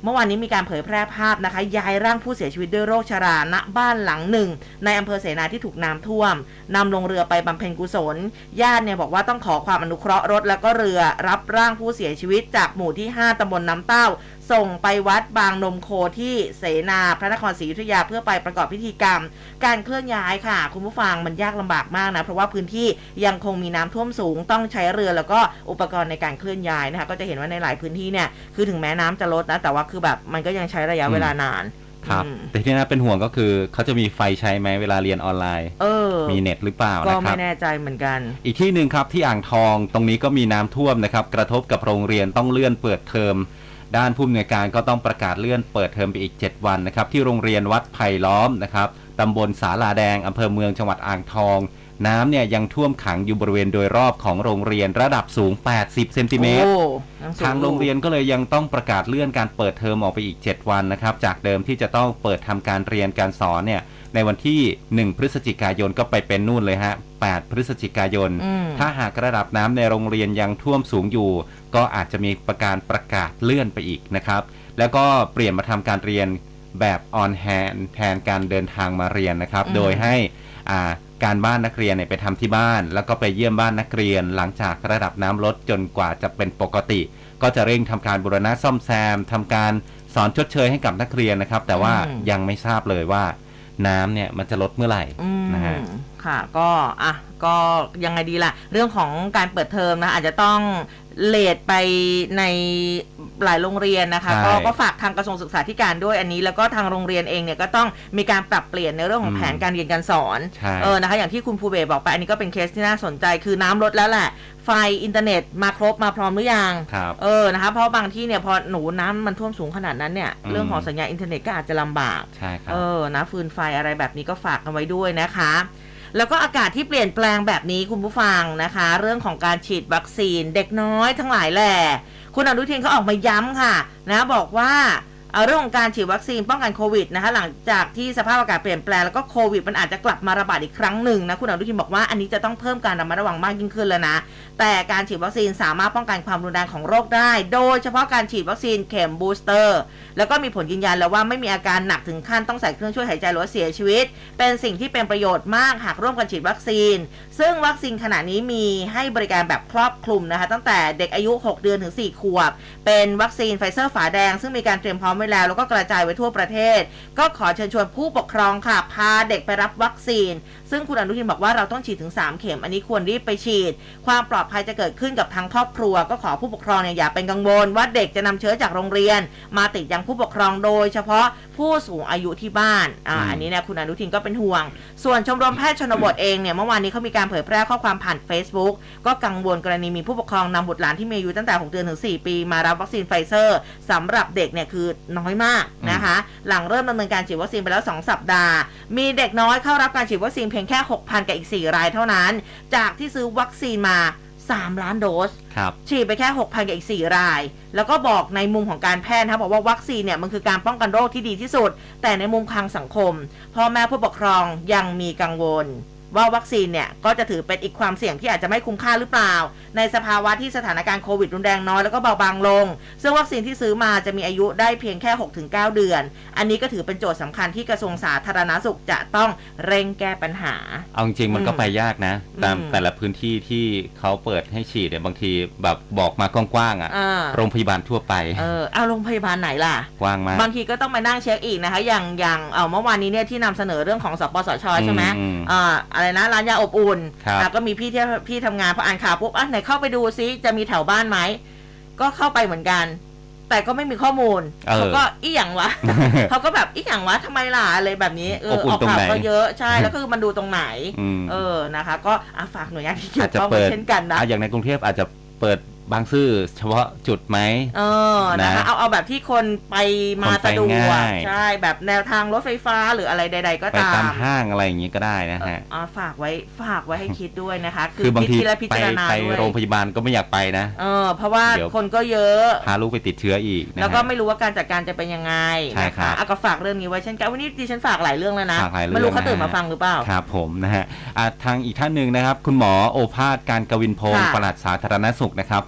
เมื่อวานนี้มีการเผยแพร่ภาพนะคะย้ายร่างผู้เสียชีวิตด้วยโรคชราณบ้านหลังหนึ่งในอำเภอเสนาที่ถูกน้ำท่วมนำลงเรือไปบำเพ็ญกุศลญาติเนี่ยบอกว่าต้องขอความอนุเคราะห์รถแล้วก็เรือรับร่างผู้เสียชีวิตจากหมู่ที่5ตำบลน้ำเต้าส่งไปวัดบางนมโคที่เสนาพระนครศรีอยุธยาเพื่อไปประกอบพิธีกรรมการเคลื่อนย้ายค่ะคุณผู้ฟังมันยากลำบากมากนะเพราะว่าพื้นที่ยังคงมีน้ำท่วมสูงต้องใช้เรือแล้วก็อุปกรณ์ในการเคลื่อนย้ายนะคะก็จะเห็นว่าในหลายพื้นที่เนี่ยคือถึงแม้น้ำจะลดนะแต่ว่าคือแบบมันก็ยังใช้ระยะเวลานานครับแต่ที่น่าเป็นห่วงก็คือเขาจะมีไฟใช้ไหมเวลาเรียนออนไลน์มีเน็ตหรือเปล่านะครับก็ไม่แน่ใจเหมือนกันอีกที่หนึ่งครับที่อ่างทองตรงนี้ก็มีน้ำท่วมนะครับกระทบกับโรงเรียนต้องเลื่อนเปิดเทอมด้านผู้อำนวยการก็ต้องประกาศเลื่อนเปิดเทอมไปอีก7วันนะครับที่โรงเรียนวัดไผ่ล้อมนะครับตำบลศาลาแดงอำเภอเมืองจังหวัดอ่างทองน้ำเนี่ยยังท่วมขังอยู่บริเวณโดยรอบของโรงเรียนระดับสูง80เซนติเมตรทางโรงเรียนก็เลยยังต้องประกาศเลื่อนการเปิดเทอมออกไปอีก7วันนะครับจากเดิมที่จะต้องเปิดทำการเรียนการสอนเนี่ยในวันที่1พฤศจิกายนก็ไปเป็นนู่นเลยฮะ8พฤศจิกายนถ้าหากระดับน้ำในโรงเรียนยังท่วมสูงอยู่ก็อาจจะมีประกาศเลื่อนไปอีกนะครับแล้วก็เปลี่ยนมาทำการเรียนแบบออนแฮนด์แทนการเดินทางมาเรียนนะครับโดยให้การบ้านนักเรียนไปทำที่บ้านแล้วก็ไปเยี่ยมบ้านนักเรียนหลังจากระดับน้ำลดจนกว่าจะเป็นปกติก็จะเร่งทำการบูรณะซ่อมแซมทำการสอนชดเชยให้กับนักเรียนนะครับแต่ว่ายังไม่ทราบเลยว่าน้ำเนี่ยมันจะลดเมื่อไหร่นะฮะค่ะก็ยังไงดีล่ะเรื่องของการเปิดเทอมนะอาจจะต้องเลทไปในหลายโรงเรียนนะคะก็ฝากทางกระทรวงศึกษาธิการด้วยอันนี้แล้วก็ทางโรงเรียนเองเนี่ยก็ต้องมีการปรับเปลี่ยนในเรื่องของแผนการเรียนการสอนนะคะอย่างที่คุณภูเบศบอกไปอันนี้ก็เป็นเคสที่น่าสนใจคือน้ำลดแล้วแหละไฟอินเทอร์เน็ตมาครบมาพร้อมหรือยังนะคะเพราะบางที่เนี่ยพอน้ำมันท่วมสูงขนาดนั้นเนี่ยเรื่องของสัญญาณอินเทอร์เน็ตก็อาจจะลำบากใช่ครับนะฟืนไฟอะไรแบบนี้ก็ฝากกันไว้ด้วยนะคะแล้วก็อากาศที่เปลี่ยนแปลงแบบนี้คุณผู้ฟังนะคะเรื่องของการฉีดวัคซีนเด็กน้อยทั้งหลายแหละคุณอนุทินเขาออกมาย้ำค่ะนะบอกว่าเรื่องของการฉีดวัคซีนป้องกันโควิดนะคะหลังจากที่สภาพอากาศเปลี่ยนแปลงแล้วก็โควิดมันอาจจะกลับมาระบาดอีกครั้งหนึ่งนะคุณอนุทินบอกว่าอันนี้จะต้องเพิ่มการระมัดระวังมากยิ่งขึ้นแล้วนะแต่การฉีดวัคซีนสามารถป้องกันความรุนแรงของโรคได้โดยเฉพาะการฉีดวัคซีนเข็มบูสเตอร์แล้วก็มีผลยืนยันแล้วว่าไม่มีอาการหนักถึงขั้นต้องใส่เครื่องช่วยหายใจหรือเสียชีวิตเป็นสิ่งที่เป็นประโยชน์มากหากร่วมกันฉีดวัคซีนซึ่งวัคซีนขณะนี้มีให้บริการแบบครอบคลุมนะคะตั้งแต่เด็กอายุ6เดือนถึง4ขวบเป็นวัคซีนไฟเซอร์ฝาแดงซึ่งมีการเตรียมพร้อมไว้แล้วก็กระจายไว้ทั่วประเทศก็ขอเชิญชวนผู้ปกครองค่ะพาเด็กไปรับวัคซีนซึ่งคุณอนุทินบอกว่าเราต้องฉีดถึง3เข็มอันนี้ควรรีบไปฉีดความปลอดภัยจะเกิดขึ้นกับทั้งครอบครัวก็ขอผู้ปกครองเนี่ยอย่าเป็นกังวลว่าเด็กจะนำเชื้อจากโรงเรียนมาติดยังผู้ปกครองโดยเฉพาะผู้สูงอายุที่บ้านอันนี้เนี่ยคุณอนุทินก็เป็นห่วงส่วนชมรมแพทย์ชนบทเองเนี่ยเมื่อวานนี้เขามีการเผยแพร่ข้อความผ่าน Facebook ก็กังวลกรณีมีผู้ปกครองนำบุตรหลานที่มีอายุตั้งแต่6เดือนถึง4ปีมารับวัคซีนไฟเซอร์สำหรับเด็กเนี่ยคือน้อยมากนะคะหลังเริ่มดำเนินการฉีดวัคซีนไปแล้ว2สัปดาห์มีเด็กน้อยเข้ารับการฉีดวัคซีนเพียงแค่ 6,000 กับอีก4รายเท่านั้นจากที่ซื้อวัคซีนมา3ล้านโดสฉีดไปแค่ 6,000 กับอีก4รายแล้วก็บอกในมุมของการแพทย์นะบอกว่าวัคซีนเนี่ยมันคือการป้องกันโรคที่ดีที่สุดแต่ในมุมทางสังคมพ่อแม่ผู้ปกครองยังมีกังวลว่าวัคซีนเนี่ยก็จะถือเป็นอีกความเสี่ยงที่อาจจะไม่คุ้มค่าหรือเปล่าในสภาวะที่สถานการณ์โควิดรุนแรงน้อยแล้วก็เบาบางลงซึ่งวัคซีนที่ซื้อมาจะมีอายุได้เพียงแค่ 6-9 เดือนอันนี้ก็ถือเป็นโจทย์สำคัญที่กระทรวงสาธารณสุขจะต้องเร่งแก้ปัญหาเอาจริงมันก็ไปยากนะตามแต่ละพื้นที่ที่เขาเปิดให้ฉีดเนี่ยบางทีแบบบอกมากว้างๆโรงพยาบาลทั่วไปเอาโรงพยาบาลไหนล่ะกว้างมากบางทีก็ต้องมานั่งเช็คอีกนะคะอย่างเมื่อวานนี้เนี่ยที่นำเสนอเรื่องของสปสช.ใช่ไหมอะไรนะร้านยาอบอุ่นก็มีพี่ทำงานพออ่านข่าวปุ๊บไหนเข้าไปดูซิจะมีแถวบ้านไหมก็เข้าไปเหมือนกันแต่ก็ไม่มีข้อมูลเขาก็อีหยังวะ เขาก็แบบอีหยังวะทำไมล่ะอะไรแบบนี้ออกข่าวก็เยอะใช่แล้วก็คือมันดูตรงไหนนะคะก็ฝากหน่วยงานที่เกี่ยวข้องเช่นกันนะอย่างในกรุงเทพอาจจะเปิดบางซื่อเฉพาะจุดไหมนะคะเอาแบบที่คนไปมาสะดวกใช่แบบแนวทางรถไฟฟ้าหรืออะไรใดๆก็ตามไปตามห้างอะไรอย่างนี้ก็ได้นะฮะฝากไว้ให้คิดด้วยนะคะคือบางทีไปโรงพยาบาลก็ไม่อยากไปนะเพราะว่าคนก็เยอะพาลูกไปติดเชื้ออีกแล้วก็ไม่รู้ว่าการจัดการจะเป็นยังไงนะคะก็ฝากเรื่องนี้ไว้เช่นกันวันนี้ดิฉันฝากหลายเรื่องแล้วนะไม่รู้เขาตื่นมาฟังหรือเปล่าครับผมนะฮะทางอีกท่านหนึ่งนะครับคุณหมอโอภาสการกวินพงศ์ปลัดสาธารณสุขนะครับ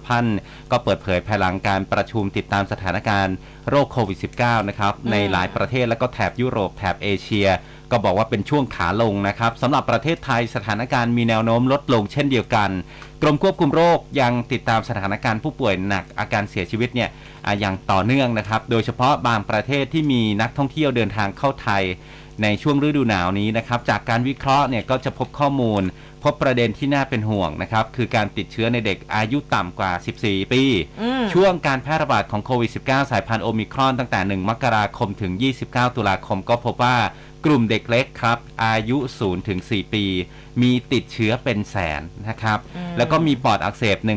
พันธ์ก็เปิดเผยภายหลังการประชุมติดตามสถานการณ์โรคโควิด -19 นะครับในหลายประเทศและก็แถบยุโรปแถบเอเชียก็บอกว่าเป็นช่วงขาลงนะครับสำหรับประเทศไทยสถานการณ์มีแนวโน้มลดลงเช่นเดียวกันกรมควบคุมโรคยังติดตามสถานการณ์ผู้ป่วยหนักอาการเสียชีวิตเนี่ยอย่างต่อเนื่องนะครับโดยเฉพาะบางประเทศที่มีนักท่องเที่ยวเดินทางเข้าไทยในช่วงฤดูหนาวนี้นะครับจากการวิเคราะห์เนี่ยก็จะพบข้อมูลพบประเด็นที่น่าเป็นห่วงนะครับคือการติดเชื้อในเด็กอายุต่ำกว่า14 ปีช่วงการแพร่ระบาดของโควิด -19 สายพันธุ์โอมิครอนตั้งแต่1 มกราคมถึง29 ตุลาคมก็พบว่ากลุ่มเด็กเล็กครับอายุ 0-4 ปีมีติดเชื้อเป็นแสนนะครับแล้วก็มีปอดอักเสบ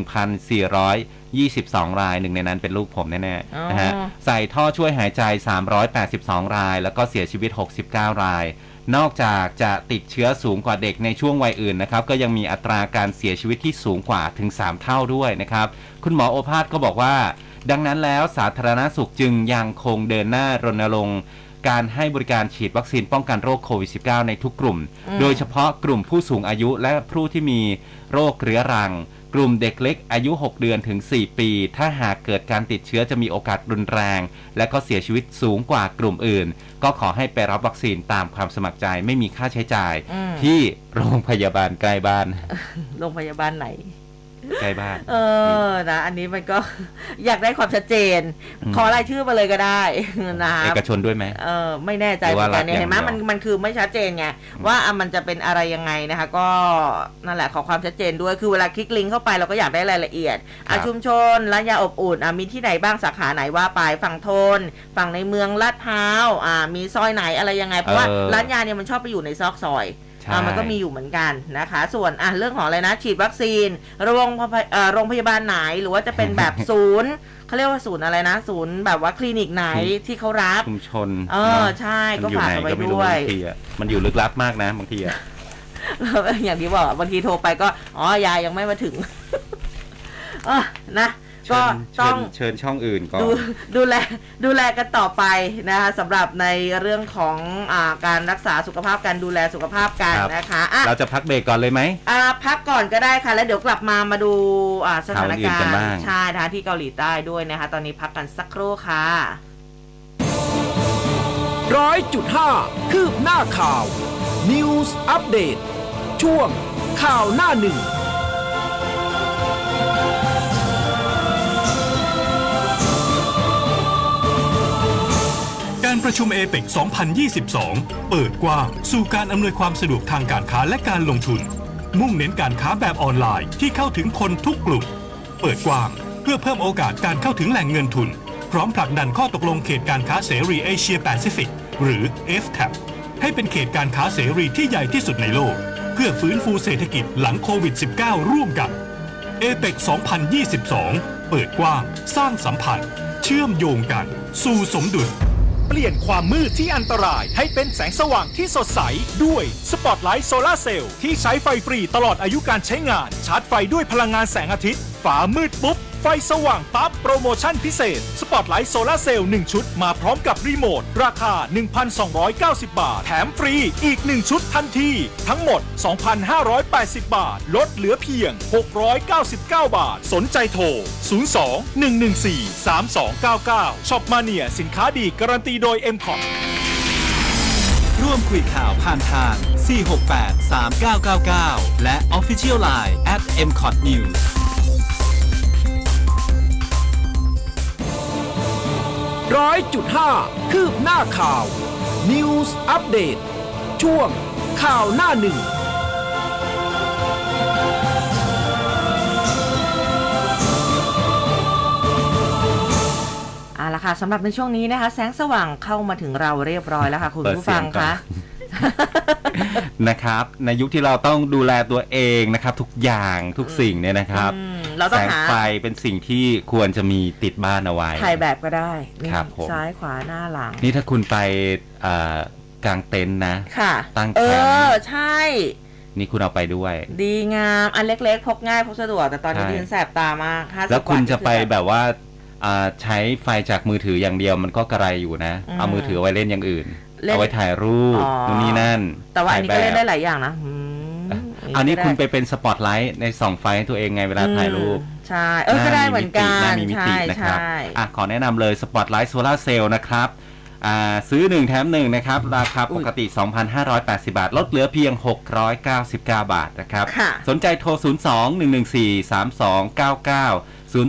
1,422 รายหนึ่งในนั้นเป็นลูกผมแน่ๆนะฮะใส่ท่อช่วยหายใจ382 รายแล้วก็เสียชีวิต69 รายนอกจากจะติดเชื้อสูงกว่าเด็กในช่วงวัยอื่นนะครับก็ยังมีอัตราการเสียชีวิตที่สูงกว่าถึง3 เท่าด้วยนะครับคุณหมอโอภาสก็บอกว่าดังนั้นแล้วสาธารณสุขจึงยังคงเดินหน้ารณรงค์การให้บริการฉีดวัคซีนป้องกันโรคโควิด -19 ในทุกกลุ่มโดยเฉพาะกลุ่มผู้สูงอายุและผู้ที่มีโรคเรื้อรังกลุ่มเด็กเล็กอายุ6 เดือนถึง4 ปีถ้าหากเกิดการติดเชื้อจะมีโอกาสรุนแรงและก็เสียชีวิตสูงกว่ากลุ่มอื่นก็ขอให้ไปรับวัคซีนตามความสมัครใจไม่มีค่าใช้จ่ายที่โรงพยาบาลใกล้บ้านโรงพยาบาลไหนใกล้บ้านนะอันนี้มันก็อยากได้ความชัดเจนขอรายชื่อมาเลยก็ได้นะเอกชนด้วยไหมไม่แน่ใจเหมือนกันเนี่ยเห็นไหมมันคือไม่ชัดเจนไงว่ามันจะเป็นอะไรยังไงนะคะก็นั่นแหละขอความชัดเจนด้วยคือเวลาคลิกลิงก์เข้าไปเราก็อยากได้รายละเอียดชุมชนร้านยาอบอุ่นมีที่ไหนบ้างสาขาไหนว่าไปฝั่งทนฝั่งในเมืองลาดพร้าวมีซอยไหนอะไรยังไงเพราะว่าร้านยาเนี่ยมันชอบไปอยู่ในซอกซอยมันก็มีอยู่เหมือนกันนะคะส่วนเรื่องของอะไรนะฉีดวัคซีนโรงพยาบาลไหนหรือว่าจะเป็นแบบศูนย์เขาเรียกว่าศูนย์อะไรนะศูนย์แบบว่าคลินิกไหนที่เขารับชุมชนใช่ก็ฝากเอาไว้ด้วยมันอยู่ลึกลับมากนะบางทีอย่างที่บอกบางทีโทรไปก็ยายยังไม่มาถึงนะก็ต้องเชิญช่องอื่นก่อนดูแลกันต่อไปนะคะสำหรับในเรื่องของการรักษาสุขภาพการดูแลสุขภาพกันนะคะเราจะพักเบรกก่อนเลยไหมพักก่อนก็ได้ค่ะแล้วเดี๋ยวกลับมาดูสถานการณ์ใช่ทางที่เกาหลีใต้ด้วยนะคะตอนนี้พักกันสักครู่ค่ะ 100.5 คืบหน้าข่าว News Update ช่วงข่าวหน้าหนึ่งการประชุมเอเปก 2022 เปิดกว้างสู่การอำนวยความสะดวกทางการค้าและการลงทุนมุ่งเน้นการค้าแบบออนไลน์ที่เข้าถึงคนทุกกลุ่มเปิดกว้างเพื่อเพิ่มโอกาสการเข้าถึงแหล่งเงินทุนพร้อมผลักดันข้อตกลงเขตการค้าเสรีเอเชียแปซิฟิกหรือ FTAP ให้เป็นเขตการค้าเสรีที่ใหญ่ที่สุดในโลกเพื่อฟื้นฟูเศรษฐกิจหลังโควิด -19 ร่วมกันเอเปก 2022 เปิดกว้างสร้างสัมพันธ์เชื่อมโยงกันสู่สมดุลเปลี่ยนความมืดที่อันตรายให้เป็นแสงสว่างที่สดใสด้วยสปอตไลท์โซลาร์เซลล์ที่ใช้ไฟฟรีตลอดอายุการใช้งานชาร์จไฟด้วยพลังงานแสงอาทิตย์ฝามืดปุ๊บไฟสว่างปั๊บโปรโมชั่นพิเศษสปอตไลท์โซลาร์เซลล์1ชุดมาพร้อมกับรีโมทราคา 1,290 บาทแถมฟรีอีก1ชุดทันทีทั้งหมด 2,580 บาทลดเหลือเพียง699 บาทสนใจโทร 02-114-3299 ช็อปมาเนียสินค้าดีการันตีโดย M-Cot ร่วมคุยข่าวผ่านทาง 468-3999 และ Official Line @MCOTNews 100.5 คืบหน้าข่าว News Update ช่วงข่าวหน้าหนึ่งละค่ะสำหรับในช่วงนี้นะคะแสงสว่างเข้ามาถึงเราเรียบร้อยแล้วค่ะคุณผู้ฟังคะนะครับในยุคที่เราต้องดูแลตัวเองนะครับทุกอย่างทุกสิ่งเนี่ยนะครับแสงไฟเป็นสิ่งที่ควรจะมีติดบ้านเอาไว้ถ่ายแบบก็ได้ซ้ายขวาหน้าหลังนี่ถ้าคุณไปกางเต็นท์นะตั้งแคมป์ใช่นี่คุณเอาไปด้วยดีงามอันเล็กๆพกง่ายพกสะดวกแต่ตอนนี้ดิฉันแสบตามากแล้วคุณจะไปแบบว่าใช้ไฟจากมือถืออย่างเดียวมันก็กระไรอยู่นะเอามือถือไว้เล่นอย่างอื่นเอาไว้ถ่ายรูปนู่นนี่นั่นแต่ว่าอันนี้ก็เล่นได้หลายอย่างนะอันนี้คุณไปเป็นสปอตไลท์ในส่องไฟให้ตัวเองไงเวลาถ่ายรูปใช่ก็ได้เหมือนกันมีมิตินะครับขอแนะนำเลยสปอตไลท์โซลาร์เซลล์นะครับซื้อ1แถม1นะครับราคาปกติ 2,580 บาทลดเหลือเพียง699 บาทนะครับสนใจโทร 02-114-3299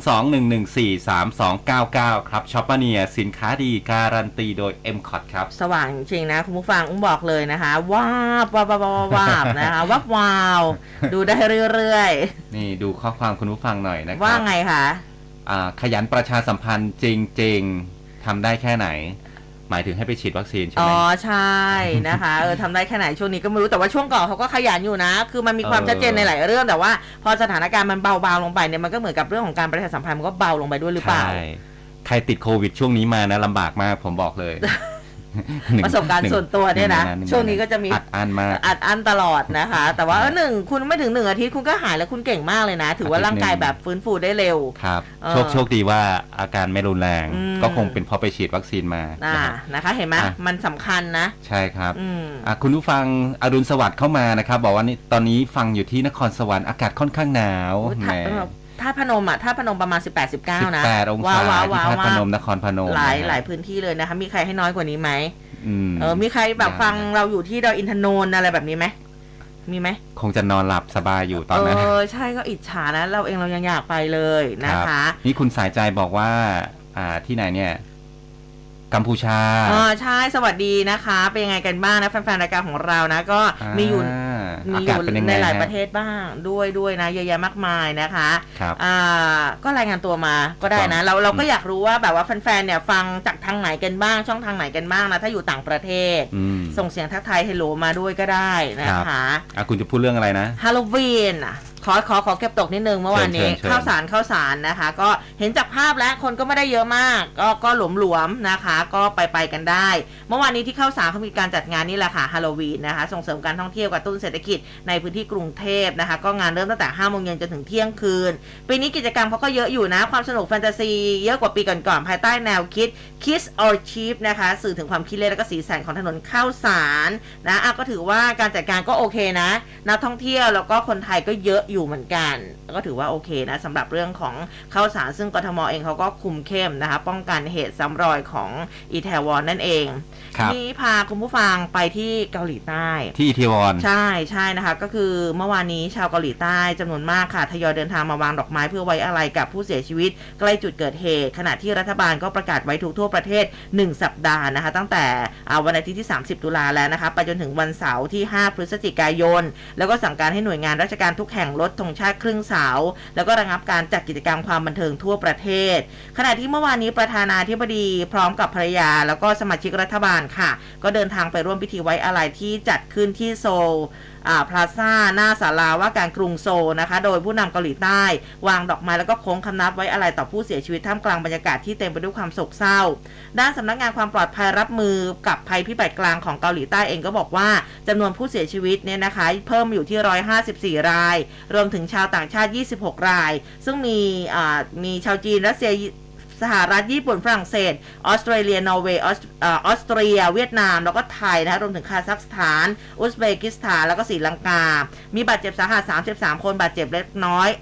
02-114-3299 ครับช็อปเนียสินค้าดีการันตีโดย MCOT ครับสว่างจริงนะคุณผู้ฟังบอกเลยนะคะว้าวนะคะว้าวดูได้เรื่อยๆนี่ดูข้อความคุณผู้ฟังหน่อยนะครับว่าไงคะขยันประชาสัมพันธ์จริงๆทำได้แค่ไหนหมายถึงให้ไปฉีดวัคซีนใช่ไหมอ๋อใช่นะคะทำได้แค่ไหนช่วงนี้ก็ไม่รู้แต่ว่าช่วงก่อนเขาก็ขยันอยู่นะคือมันมีความชัดเจนในหลายเรื่องแต่ว่าพอสถานการณ์มันเบาๆลงไปเนี่ยมันก็เหมือนกับเรื่องของการประชาสัมพันธ์มันก็เบาลงไปด้วยหรือเปล่าใครติดโควิดช่วงนี้มานะลำบากมากผมบอกเลยประสบการณ์ส่วนตัวเนี่ยนะช่วงนี้ก็จะมีอัดอั้นมากอัดอั้นตลอดนะคะแต่ว่าคุณไม่ถึง1 อาทิตย์คุณก็หายแล้วคุณเก่งมากเลยนะถือว่าร่างกายแบบฟื้นฟูได้เร็วครับโชคดีว่าอาการไม่รุนแรงก็คงเป็นเพราะไปฉีดวัคซีนมานะคะเห็นไหมมันสำคัญนะใช่ครับคุณผู้ฟังอรุณสวัสดิ์เข้ามานะครับบอกว่าตอนนี้ฟังอยู่ที่นครสวรรค์อากาศค่อนข้างหนาวแหมท่าพนมท่าพนมประมาณ 18-19 นะ 18 องศาที่ท่าพนมนครพนมหลายพื้นที่เลยนะคะมีใครให้น้อยกว่านี้ไหมมีใครแบบฟังเราอยู่ที่ดอยอินทนนท์อะไรแบบนี้ไหมมีไหมคงจะนอนหลับสบายอยู่ตอนนั้นใช่ก็อิจฉานะเราเองเรายังอยากไปเลยนะคะนี่คุณสายใจบอกว่าที่ไหนเนี่ยกัมพูชาใช่สวัสดีนะคะเป็นยังไงกันบ้างนะแฟนๆรายการของเรานะก็มีอยู่ในหลายประเทศบ้างด้วยนะเยอะแยะมากมายนะคะก็รายงานตัวมาก็ได้นะเราก็อยากรู้ว่าแบบว่าแฟนๆเนี่ยฟังจากทางไหนกันบ้างช่องทางไหนกันบ้างนะถ้าอยู่ต่างประเทศส่งเสียงทักทายเฮลโลมาด้วยก็ได้นะคะคุณจะพูดเรื่องอะไรนะฮาโลวีนขอเก็บตกนิดนึงเมื่อวานนี้ข้าวสารนะคะก็เห็นจากภาพแล้วคนก็ไม่ได้เยอะมากก็หลวมๆนะคะก็ไปกันได้เมื่อวานนี้ที่ข้าวสารเขามีการจัดงานนี่แหละค่ะฮาโลวีนนะคะส่งเสริมการท่องเที่ยวกระตุ้นเศรษฐกิจในพื้นที่กรุงเทพนะคะก็งานเริ่มตั้งแต่ 5 โมงเย็นจนถึงเที่ยงคืนปีนี้กิจกรรมเขาก็เยอะอยู่นะความสนุกแฟนตาซีเยอะกว่าปีก่อนๆภายใต้แนวคิด Kids or Cheap นะคะสื่อถึงความคิดเล่นและก็สีสันของถนนข้าวสารนะก็ถือว่าการจัดการก็โอเคนะนักท่องเที่ยวแล้วก็คนไทยก็เยอะอยู่เหมือนกันก็ถือว่าโอเคนะสำหรับเรื่องของข้าวสารซึ่งกทมเองเขาก็คุมเข้มนะคะป้องกันเหตุซ้ำรอยของอีแทวอนนั่นเองนี่พาคุณผู้ฟังไปที่เกาหลีใต้ที่อีแทวอนใช่นะคะก็คือเมื่อวานนี้ชาวเกาหลีใต้จำนวนมากค่ะทยอยเดินทางมาวางดอกไม้เพื่อไว้อาลัยกับผู้เสียชีวิตใกล้จุดเกิดเหตุขณะที่รัฐบาลก็ประกาศไว้ทั่วประเทศ1 สัปดาห์นะคะตั้งแต่วันอาทิตย์ที่30 ตุลาแล้วนะคะไปจนถึงวันเสาร์ที่5 พฤศจิกายนแล้วก็สั่งการให้หน่วยงานราชการทุกแห่งลดธงชาติครึ่งเสาแล้วก็ระงับการจัดกิจกรรมความบันเทิงทั่วประเทศขณะที่เมื่อวานนี้ประธานาธิบดีพร้อมกับภรรยาแล้วก็สมาชิกรัฐบาลค่ะก็เดินทางไปร่วมพิธีไว้อาลัยที่จัดขึ้นที่โซลพลาซ่าหน้าศาลาว่าการกรุงโซลนะคะโดยผู้นำเกาหลีใต้วางดอกไม้แล้วก็โค้งคำนับไว้อาลัยต่อผู้เสียชีวิตท่ามกลางบรรยากาศที่เต็มไปด้วยความโศกเศร้าด้านสำนักงานความปลอดภัยรับมือกับภัยพิบัติกลางของเกาหลีใต้เองก็บอกว่าจำนวนผู้เสียชีวิตเนี่ยนะคะเพิ่มอยู่ที่154 รายรวมถึงชาวต่างชาติ26 รายซึ่งมีชาวจีนรัสเซียสหรัฐญี่ปุ่นฝรั่งเศสออสเตรเลียนอร์เวย์ออสเตรียเวียดนามแล้วก็ไทยนะรวมถึงคาซัคสถานอุซเบกิสถานแล้วก็ศรีลังกามีบาดเจ็บสาหัส33 คนบาดเจ็บเล็กน้อย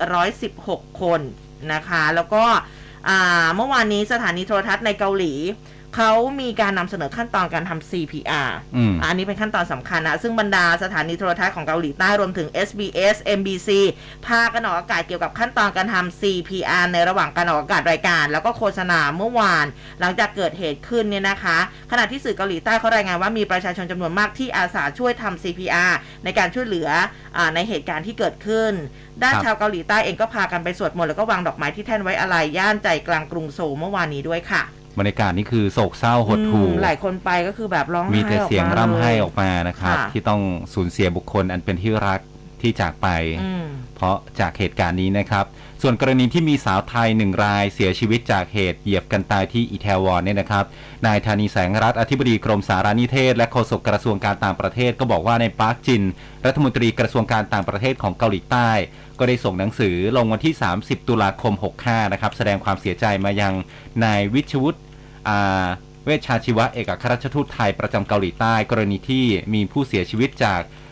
116 คนนะคะแล้วก็เมื่อวานนี้สถานีโทรทัศน์ในเกาหลีเขามีการนำเสนอขั้นตอนการทำ CPR อันนี้เป็นขั้นตอนสำคัญนะซึ่งบรรดาสถานีโทรทัศน์ของเกาหลีใต้รวมถึง SBS MBC พากันออกอากาศเกี่ยวกับขั้นตอนการทำ CPR ในระหว่างการออกอากาศรายการแล้วก็โฆษณาเมื่อวานหลังจากเกิดเหตุขึ้นเนี่ยนะคะขณะที่สื่อเกาหลีใต้เขารายงานว่ามีประชาชนจำนวนมากที่อาสาช่วยทำ CPR ในการช่วยเหลือในเหตุการณ์ที่เกิดขึ้นด้านชาวเกาหลีใต้เองก็พากันไปสวดมนต์แล้วก็วางดอกไม้ที่แท่นไว้อาลัยย่านใจกลางกรุงโซลเมื่อวานนี้ด้วยค่ะบรรยากาศนี่คือโศกเศร้าหดหู่หลายคนไปก็คือแบบร้องไห้มีแต่เสียงร่ำไห้ออกมานะครับที่ต้องสูญเสียบุคคลอันเป็นที่รักที่จากไปเพราะจากเหตุการณ์นี้นะครับส่วนกรณีที่มีสาวไทย1 รายเสียชีวิตจากเหตุเหยียบกันตายที่อิแทวอนเนี่ยนะครับนายธานีแสงรัตน์อธิบดีกรมสารนิเทศและโฆษกกระทรวงการต่างประเทศก็บอกว่าในปาร์คจินรัฐมนตรีกระทรวงการต่างประเทศของเกาหลีใต้ก็ได้ส่งหนังสือลงวันที่30 ตุลาคม 65นะครับแสดงความเสียใจมายังนายวิชวุฒิเวชชาชีวะเอกอัครราชทูตไทยประจำเกาหลีใต้กรณีที่มีผู้เสียชีวิตจาก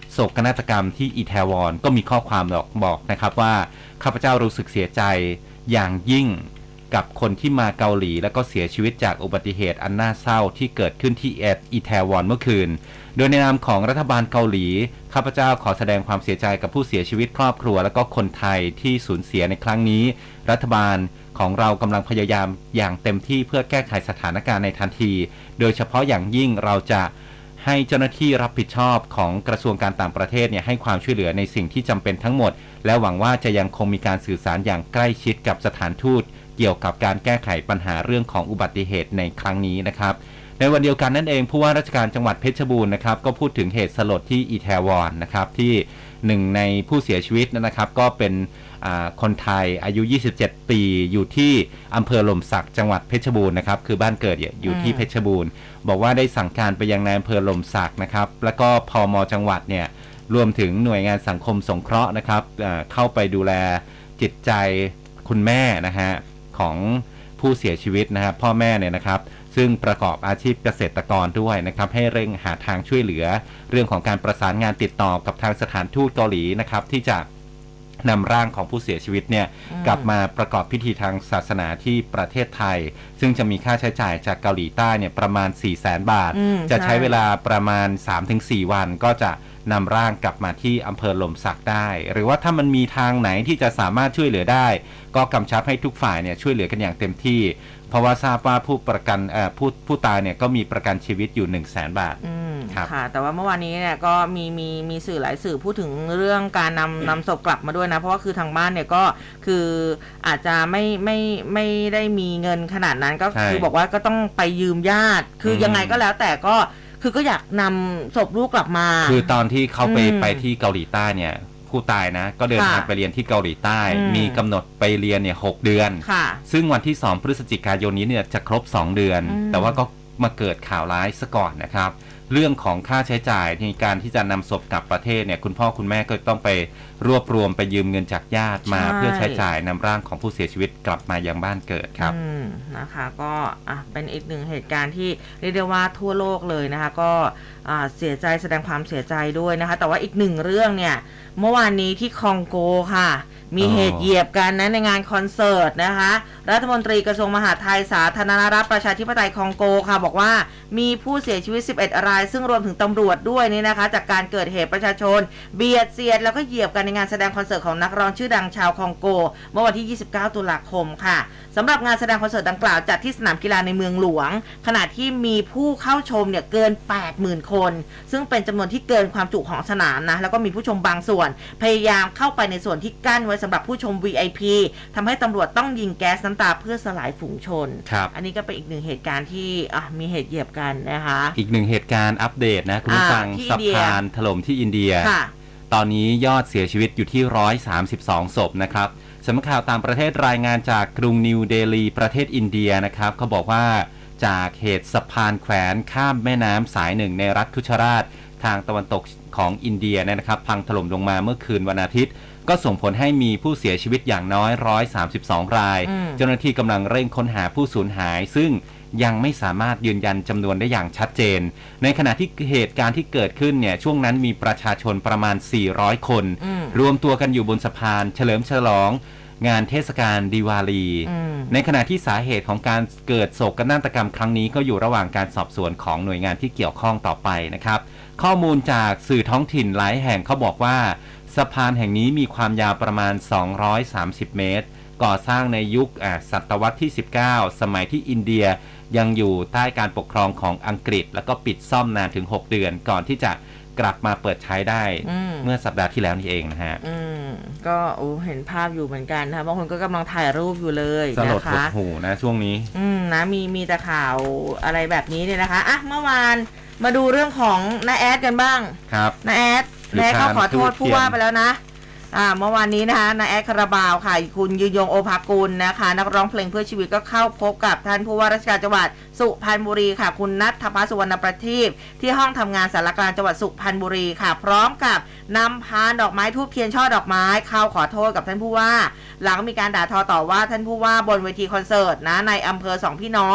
โศกนาฏกรรมที่อิแทวอนก็มีข้อความบอกนะครับว่าข้าพเจ้ารู้สึกเสียใจอย่างยิ่งกับคนที่มาเกาหลีแล้วก็เสียชีวิตจากอุบัติเหตุอันน่าเศร้าที่เกิดขึ้นที่อิแทวอนเมื่อคืนโดยในนามของรัฐบาลเกาหลีข้าพเจ้าขอแสดงความเสียใจกับผู้เสียชีวิตครอบครัวและก็คนไทยที่สูญเสียในครั้งนี้รัฐบาลของเรากำลังพยายามอย่างเต็มที่เพื่อแก้ไขสถานการณ์ในทันทีโดยเฉพาะอย่างยิ่งเราจะให้เจ้าหน้าที่รับผิดชอบของกระทรวงการต่างประเทศให้ความช่วยเหลือในสิ่งที่จำเป็นทั้งหมดและหวังว่าจะยังคงมีการสื่อสารอย่างใกล้ชิดกับสถานทูตเกี่ยวกับการแก้ไขปัญหาเรื่องของอุบัติเหตุในครั้งนี้นะครับในวันเดียวกันนั่นเองผู้ว่าราชการจังหวัดเพชรบูรณ์นะครับก็พูดถึงเหตุสลดที่อิแทวอนนะครับที่หนึ่งในผู้เสียชีวิตนะครับก็เป็นคนไทยอายุ27ปีอยู่ที่อำเภอหล่มสักจังหวัดเพชรบูรณ์นะครับคือบ้านเกิดอยู่ที่เพชรบูรณ์บอกว่าได้สั่งการไปยังนายอำเภอหล่มสักนะครับแล้วก็พม.จังหวัดเนี่ยรวมถึงหน่วยงานสังคมสงเคราะห์นะครับเข้าไปดูแลจิตใจคุณแม่นะฮะของผู้เสียชีวิตนะครับพ่อแม่เนี่ยนะครับซึ่งประกอบอาชีพเกษตรกรด้วยนะครับให้เร่งหาทางช่วยเหลือเรื่องของการประสานงานติดต่อกับทางสถานทูตเกาหลีนะครับที่จะนำร่างของผู้เสียชีวิตเนี่ยกลับมาประกอบพิธีทางศาสนาที่ประเทศไทยซึ่งจะมีค่าใช้จ่ายจากเกาหลีใต้เนี่ยประมาณ 400,000 บาทจะใช้เวลาประมาณ 3-4 วันก็จะนำร่างกลับมาที่อำเภอหล่มสักได้หรือว่าถ้ามันมีทางไหนที่จะสามารถช่วยเหลือได้ก็กำชับให้ทุกฝ่ายเนี่ยช่วยเหลือกันอย่างเต็มที่เพราะว่าทราบว่าผู้ตายเนี่ยก็มีประกันชีวิตอยู่ 100,000 บาทค่ะแต่ว่าเมื่อวานนี้เนี่ยก็มีสื่อหลายสื่อพูดถึงเรื่องการนำศพกลับมาด้วยนะเพราะว่าคือทางบ้านเนี่ยก็คืออาจจะไม่ได้มีเงินขนาดนั้นก็คือบอกว่าก็ต้องไปยืมญาติคือยังไงก็แล้วแต่ก็คือก็อยากนำศพลูกกลับมาคือตอนที่เขาไปที่เกาหลีใต้เนี่ยผู้ตายนะก็เดินทางไปเรียนที่เกาหลีใต้มีกำหนดไปเรียนเนี่ย6 เดือนซึ่งวันที่2 พฤศจิกายนนี้เนี่ยจะครบ2 เดือนแต่ว่าก็มาเกิดข่าวร้ายซะก่อนนะครับเรื่องของค่าใช้จ่ายในการที่จะนำศพกลับประเทศเนี่ยคุณพ่อคุณแม่ก็ต้องไปรวบรวมไปยืมเงินจากญาติมาเพื่อใช้จ่ายนำร่างของผู้เสียชีวิตกลับมายังบ้านเกิดครับนะคะก็เป็นอีกหนึ่งเหตุการณ์ที่เรียกได้ว่าทั่วโลกเลยนะคะก็เสียใจแสดงความเสียใจด้วยนะคะแต่ว่าอีกหนึ่งเรื่องเนี่ยเมื่อวานนี้ที่คองโกค่ะมีเหตุเหยียบกันนะในงานคอนเสิร์ตนะคะรัฐมนตรีกระทรวงมหาดไทยสาธารณรัฐประชาธิปไตยคองโกค่ะบอกว่ามีผู้เสียชีวิต11 รายซึ่งรวมถึงตำรวจด้วยนี่นะคะจากการเกิดเหตุประชาชนเบียดเสียดแล้วก็เหยียบกันในงานแสดงคอนเสิร์ตของนักร้องชื่อดังชาวคองโกเมื่อวันที่29 ตุลาคมค่ะสำหรับงานแสดงคอนเสิร์ตดังกล่าวจัดที่สนามกีฬาในเมืองหลวงขณะที่มีผู้เข้าชมเนี่ยเกิน 80,000 คนซึ่งเป็นจำนวนที่เกินความจุของสนามนะแล้วก็มีผู้ชมบางส่วนพยายามเข้าไปในส่วนที่กั้นไว้สำหรับผู้ชม VIP ทำให้ตำรวจต้องยิงแก๊สน้ำตาเพื่อสลายฝูงชนอันนี้ก็เป็นอีกหนึ่งเหตุการณ์ที่มีเหตุเหยียบกันนะคะอีกหนึ่งเหตุการณ์อัปเดตนะคุณผู้ฟังสะพานถล่มที่อินเดียตอนนี้ยอดเสียชีวิตอยู่ที่132 ศพนะครับสำนักข่าวต่างประเทศรายงานจากกรุงนิวเดลีประเทศอินเดียนะครับเขาบอกว่าจากเหตุสะพานแขวนข้ามแม่น้ำสายหนึ่งในรัฐคุชราตทางตะวันตกของอินเดียนะครับพังถล่มลงมาเมื่อคืนวันอาทิตย์ก็ส่งผลให้มีผู้เสียชีวิตอย่างน้อย132 รายเจ้าหน้าที่กำลังเร่งค้นหาผู้สูญหายซึ่งยังไม่สามารถยืนยันจำนวนได้อย่างชัดเจนในขณะที่เหตุการณ์ที่เกิดขึ้นเนี่ยช่วงนั้นมีประชาชนประมาณ400 คนรวมตัวกันอยู่บนสะพานเฉลิมฉลองงานเทศกาลดิวาลีในขณะที่สาเหตุของการเกิดโศกนาฏกรรมครั้งนี้ก็อยู่ระหว่างการสอบสวนของหน่วยงานที่เกี่ยวข้องต่อไปนะครับข้อมูลจากสื่อท้องถิ่นหลายแห่งเขาบอกว่าสะพานแห่งนี้มีความยาวประมาณ230 เมตรก่อสร้างในยุคศตวรรษที่19สมัยที่อินเดียยังอยู่ใต้การปกครองของอังกฤษแล้วก็ปิดซ่อมนานถึง6 เดือนก่อนที่จะกลับมาเปิดใช้ได้เมื่อสัปดาห์ที่แล้วนี่เองนะฮะก็เห็นภาพอยู่เหมือนกันนะบางคนก็กำลังถ่ายรูปอยู่เลยนะคะสลดหดหูนะช่วงนี้นะมีแต่ข่าวอะไรแบบนี้เนี่ยนะคะเมื่อวานมาดูเรื่องของน้าแอดกันบ้างครับน้าแอดเขาขอโทษผู้ว่าไปแล้วนะเมื่อวานนี้นะคะนายแอดคาราบาวค่ะคุณยืนยงโอภากุลนะคะนักร้องเพลงเพื่อชีวิตก็เข้าพบกับท่านผู้ว่าราชการจังหวัดสุพรรณบุรีค่ะคุณณัฐภัสสุวรรณประทีปที่ห้องทำงานสารกลางจังหวัดสุพรรณบุรีค่ะพร้อมกับนำพานดอกไม้ธูปเทียนช่อดอกไม้เข้าขอโทษกับท่านผู้ว่าหลังมีการด่าทอต่อว่าท่านผู้ว่าบนเวทีคอนเสิร์ตนะในอำเภอ2 พี่น้อง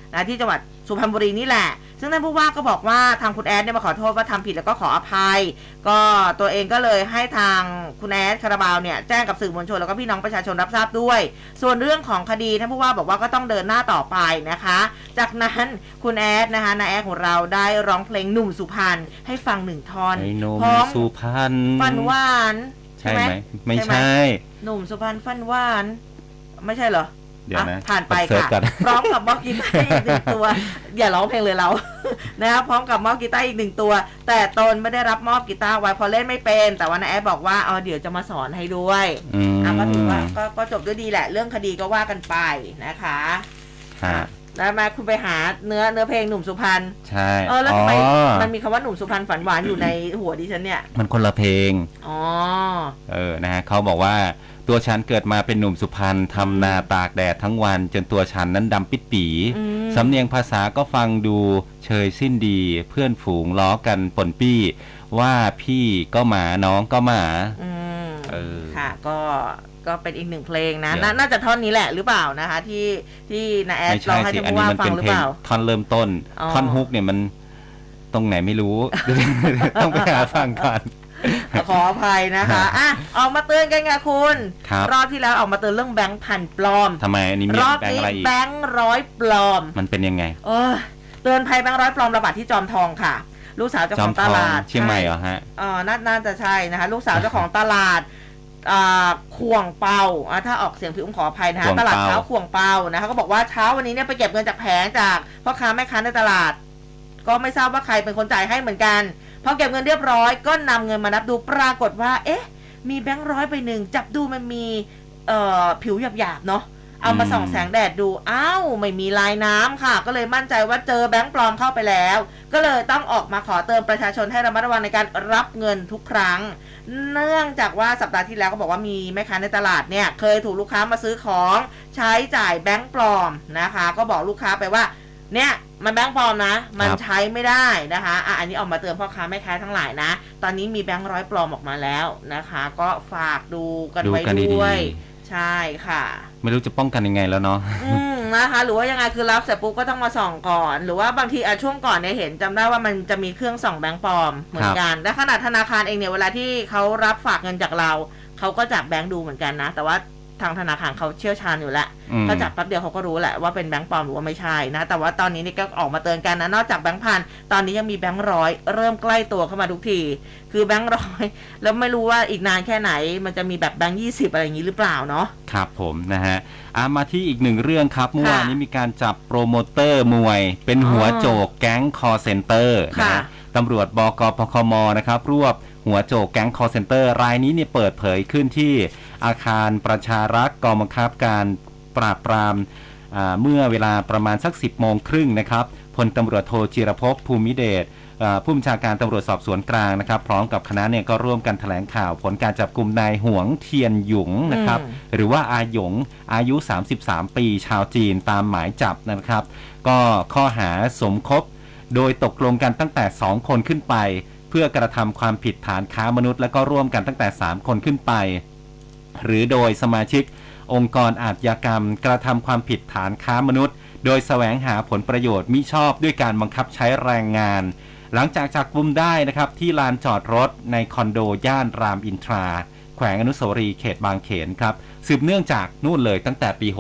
นะที่จังหวัดสุพรรณบุรีนี่แหละซึ่งท่านผู้ว่าก็บอกว่าทางคุณแอดเนี่ยมาขอโทษว่าทำผิดแล้วก็ขออภัยก็ตัวเองก็เลยให้ทางคุณแอดคาราบาวเนี่ยแจ้งกับสื่อมวลชนแล้วก็พี่น้องประชาชนรับทราบด้วยส่วนเรื่องของคดีท่านผู้ว่าบอกว่าก็ต้องเดินหน้าต่อไปนะคะจากนั้นคุณแอดนะคะนายแอดของเราได้ร้องเพลงหนุ่มสุพรรณให้ฟัง1 ท่อนพร้อมสุพรรณฟันหวานใช่ไหมไม่ใช่หนุ่มสุพรรณฟันหวานไม่ใช่เหรอเดี๋ยวนะผ่านไปค่ะพร้อมกับมอกีตาร์อีก1 ตัวอย่าร้องเพลงเลยเรานะครับพร้อมกับมอกีตาร์อีก1 ตัวแต่ตนไม่ได้รับมอบกีตาร์ไว้พอเล่นไม่เป็นแต่ว่านายแอดบอกว่าเดี๋ยวจะมาสอนให้ด้วยก็ถือว่าก็จบด้วยดีแหละเรื่องคดีก็ว่ากันไปนะคะแล้วมาคุณไปหาเนื้อเพลงหนุ่มสุพรรณใช่แล้วทำไมมันมีคำว่าหนุ่มสุพรรณฝันหวานอยู่ในหัวดิฉันเนี่ยมันคนละเพลงนะฮะเขาบอกว่าตัวฉันเกิดมาเป็นหนุ่มสุพรรณทำนาตากแดดทั้งวันจนตัวฉันนั้นดำปิดปีสำเนียงภาษาก็ฟังดูเชยสิ้นดีเพื่อนฝูงล้อกันปนปี้ว่าพี่ก็หมาน้องก็หมาค่ะก็เป็นอีก1 เพลงนะน่าจะท่อนนี้แหละหรือเปล่านะคะที่นาแอดร้องให้ท่านผู้ว่าฟังหรือเปล่าท่อนเริ่มต้นท่อนฮุกเนี่ยมันตรงไหนไม่รู้ ต้องไปหาฟังก่อนขออภัยนะคะออกมาเตือนกันค่ะคุณรอบที่แล้วออกมาเตือนเรื่องแบงค์พันปลอมทำไมอันนี้มีรอบนี้แบงค์100ปลอมมันเป็นยังไงเตือนภัยแบงค์100ปลอมระบาดที่จอมทองค่ะลูกสาวเจ้าของตลาดเชียงใหม่เหรอฮะน่าจะใช่นะคะลูกสาวเจ้าของตลาดข่วงเปาถ้าออกเสียงผิดขออภัยนะคะตลาดเช้าข่วงเปานะคะก็บอกว่าเช้าวันนี้เนี่ยไปเก็บเงินจากแผงจากพ่อค้าแม่ค้าในตลาดก็ไม่ทราบว่าใครเป็นคนจ่ายให้เหมือนกันพอเก็บเงินเรียบร้อยก็นำเงินมานับดูปรากฏว่ามีแบงค์100ไป1จับดูมันมีผิวหยาบๆเนาะเอามาส่องแสงแดดดูไม่มีลายน้ำค่ะก็เลยมั่นใจว่าเจอแบงค์ปลอมเข้าไปแล้วก็เลยต้องออกมาขอเตือนประชาชนให้ระมัดระวังในการรับเงินทุกครั้งเนื่องจากว่าสัปดาห์ที่แล้วก็บอกว่ามีแม่ค้าในตลาดเนี่ยเคยถูกลูกค้ามาซื้อของใช้จ่ายแบงค์ปลอมนะคะก็บอกลูกค้าไปว่าเนี่ยมันแบงค์ปลอมนะมันใช้ไม่ได้นะคะอันนี้ออกมาเตือนพ่อค้าแม่ค้าทั้งหลายนะตอนนี้มีแบงค์100ปลอมออกมาแล้วนะคะก็ฝากดูกันไว้ด้วยใช่ค่ะไม่รู้จะป้องกันยังไงแล้วเนาะนะคะหรือว่ายังไงคือรับเสร็จปุ๊บก็ต้องมาส่องก่อนหรือว่าบางทีช่วงก่อนเนี่ยเห็นจำได้ว่ามันจะมีเครื่องส่องแบงค์ปลอมเหมือนกันและขนาดธนาคารเองเนี่ยเวลาที่เขารับฝากเงินจากเราเขาก็จับแบงค์ดูเหมือนกันนะแต่ว่าทางธนาคารเขาเชี่ยวชาญอยู่แล้วก็จับแป๊บเดียวเขาก็รู้แหละว่าเป็นแบงค์ปลอมหรือว่าไม่ใช่นะแต่ว่าตอนนี้นี่ก็ออกมาเตือนกันนะนอกจากแบงค์พันตอนนี้ยังมีแบงค์100เริ่มใกล้ตัวเข้ามาทุกทีคือแบงค์100แล้วไม่รู้ว่าอีกนานแค่ไหนมันจะมีแบบแบงค์20อะไรอย่างนี้หรือเปล่าเนาะครับผมนะฮะมาที่อีก1เรื่องครับเมื่อวานนี้มีการจับโปรโมเตอร์มวยเป็นหัวโจกแก๊งคอลเซ็นเตอร์นะตำรวจบก.ปคม.นะครับรวบหัวโจกแก๊งคอลเซ็นเตอร์รายนี้เนี่ยเปิดเผยขึ้นที่อาคารประชารักษ์กองบังคับการปราบปรามเมื่อเวลาประมาณสัก 10:30 น.นะครับพลตำรวจโทจิรภพภูมิเดชผู้บัญชาการตำรวจสอบสวนกลางนะครับพร้อมกับคณะเนี่ยก็ร่วมกันแถลงข่าวผลการจับกุมนายหวงเทียนหยุงนะครับหรือว่าอาหยงอายุ33ปีชาวจีนตามหมายจับนะครับก็ข้อหาสมคบโดยตกลงกันตั้งแต่2คนขึ้นไปเพื่อกระทำความผิดฐานค้ามนุษย์และก็ร่วมกันตั้งแต่3คนขึ้นไปหรือโดยสมาชิกองค์กรอาชญากรรมกระทำความผิดฐานค้ามนุษย์โดยแสวงหาผลประโยชน์มิชอบด้วยการบังคับใช้แรงงานหลังจากจับกุมได้นะครับที่ลานจอดรถในคอนโดย่านรามอินทราแขวงอนุสาวรีย์เขตบางเขนครับสืบเนื่องจากนู่นเลยตั้งแต่ปี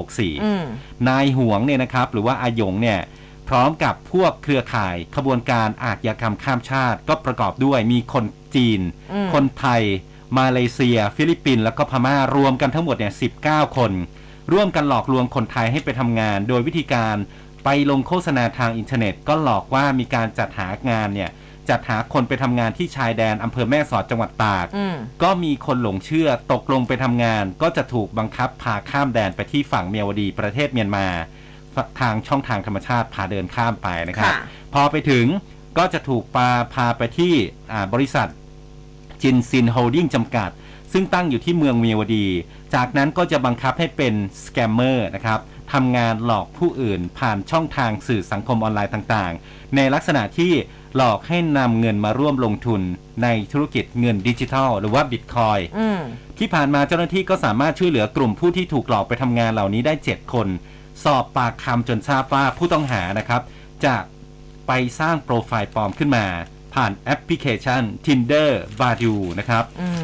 64นายหวงเนี่ยนะครับหรือว่าอาหยงเนี่ยพร้อมกับพวกเครือข่ายขบวนการอาชญากรรมข้ามชาติก็ประกอบด้วยมีคนจีนคนไทยมาเลเซียฟิลิปปินส์แล้วก็พม่ารวมกันทั้งหมดเนี่ย19คนร่วมกันหลอกลวงคนไทยให้ไปทำงานโดยวิธีการไปลงโฆษณาทางอินเทอร์เน็ตก็หลอกว่ามีการจัดหางานเนี่ยจัดหาคนไปทำงานที่ชายแดนอำเภอแม่สอดจังหวัดตากก็มีคนหลงเชื่อตกลงไปทำงานก็จะถูกบังคับพาข้ามแดนไปที่ฝั่งเมียวดีประเทศเมียนมาทางช่องทางธรรมชาติพาเดินข้ามไปนะครับพอไปถึงก็จะถูกพาไปที่บริษัทจินซินโฮลดิ้งจำกัดซึ่งตั้งอยู่ที่เมืองเมียวดีจากนั้นก็จะบังคับให้เป็นสแกมเมอร์นะครับทำงานหลอกผู้อื่นผ่านช่องทางสื่อสังคมออนไลน์ต่างๆในลักษณะที่หลอกให้นำเงินมาร่วมลงทุนในธุรกิจเงินดิจิทัลหรือว่าบิตคอยน์ที่ผ่านมาเจ้าหน้าที่ก็สามารถช่วยเหลือกลุ่มผู้ที่ถูกหลอกไปทำงานเหล่านี้ได้7คนสอบปากคำจนทราบว่าผู้ต้องหานะครับจะไปสร้างโปรไฟล์ปลอมขึ้นมาผ่านแอปพลิเคชัน Tinder Badoo นะครับ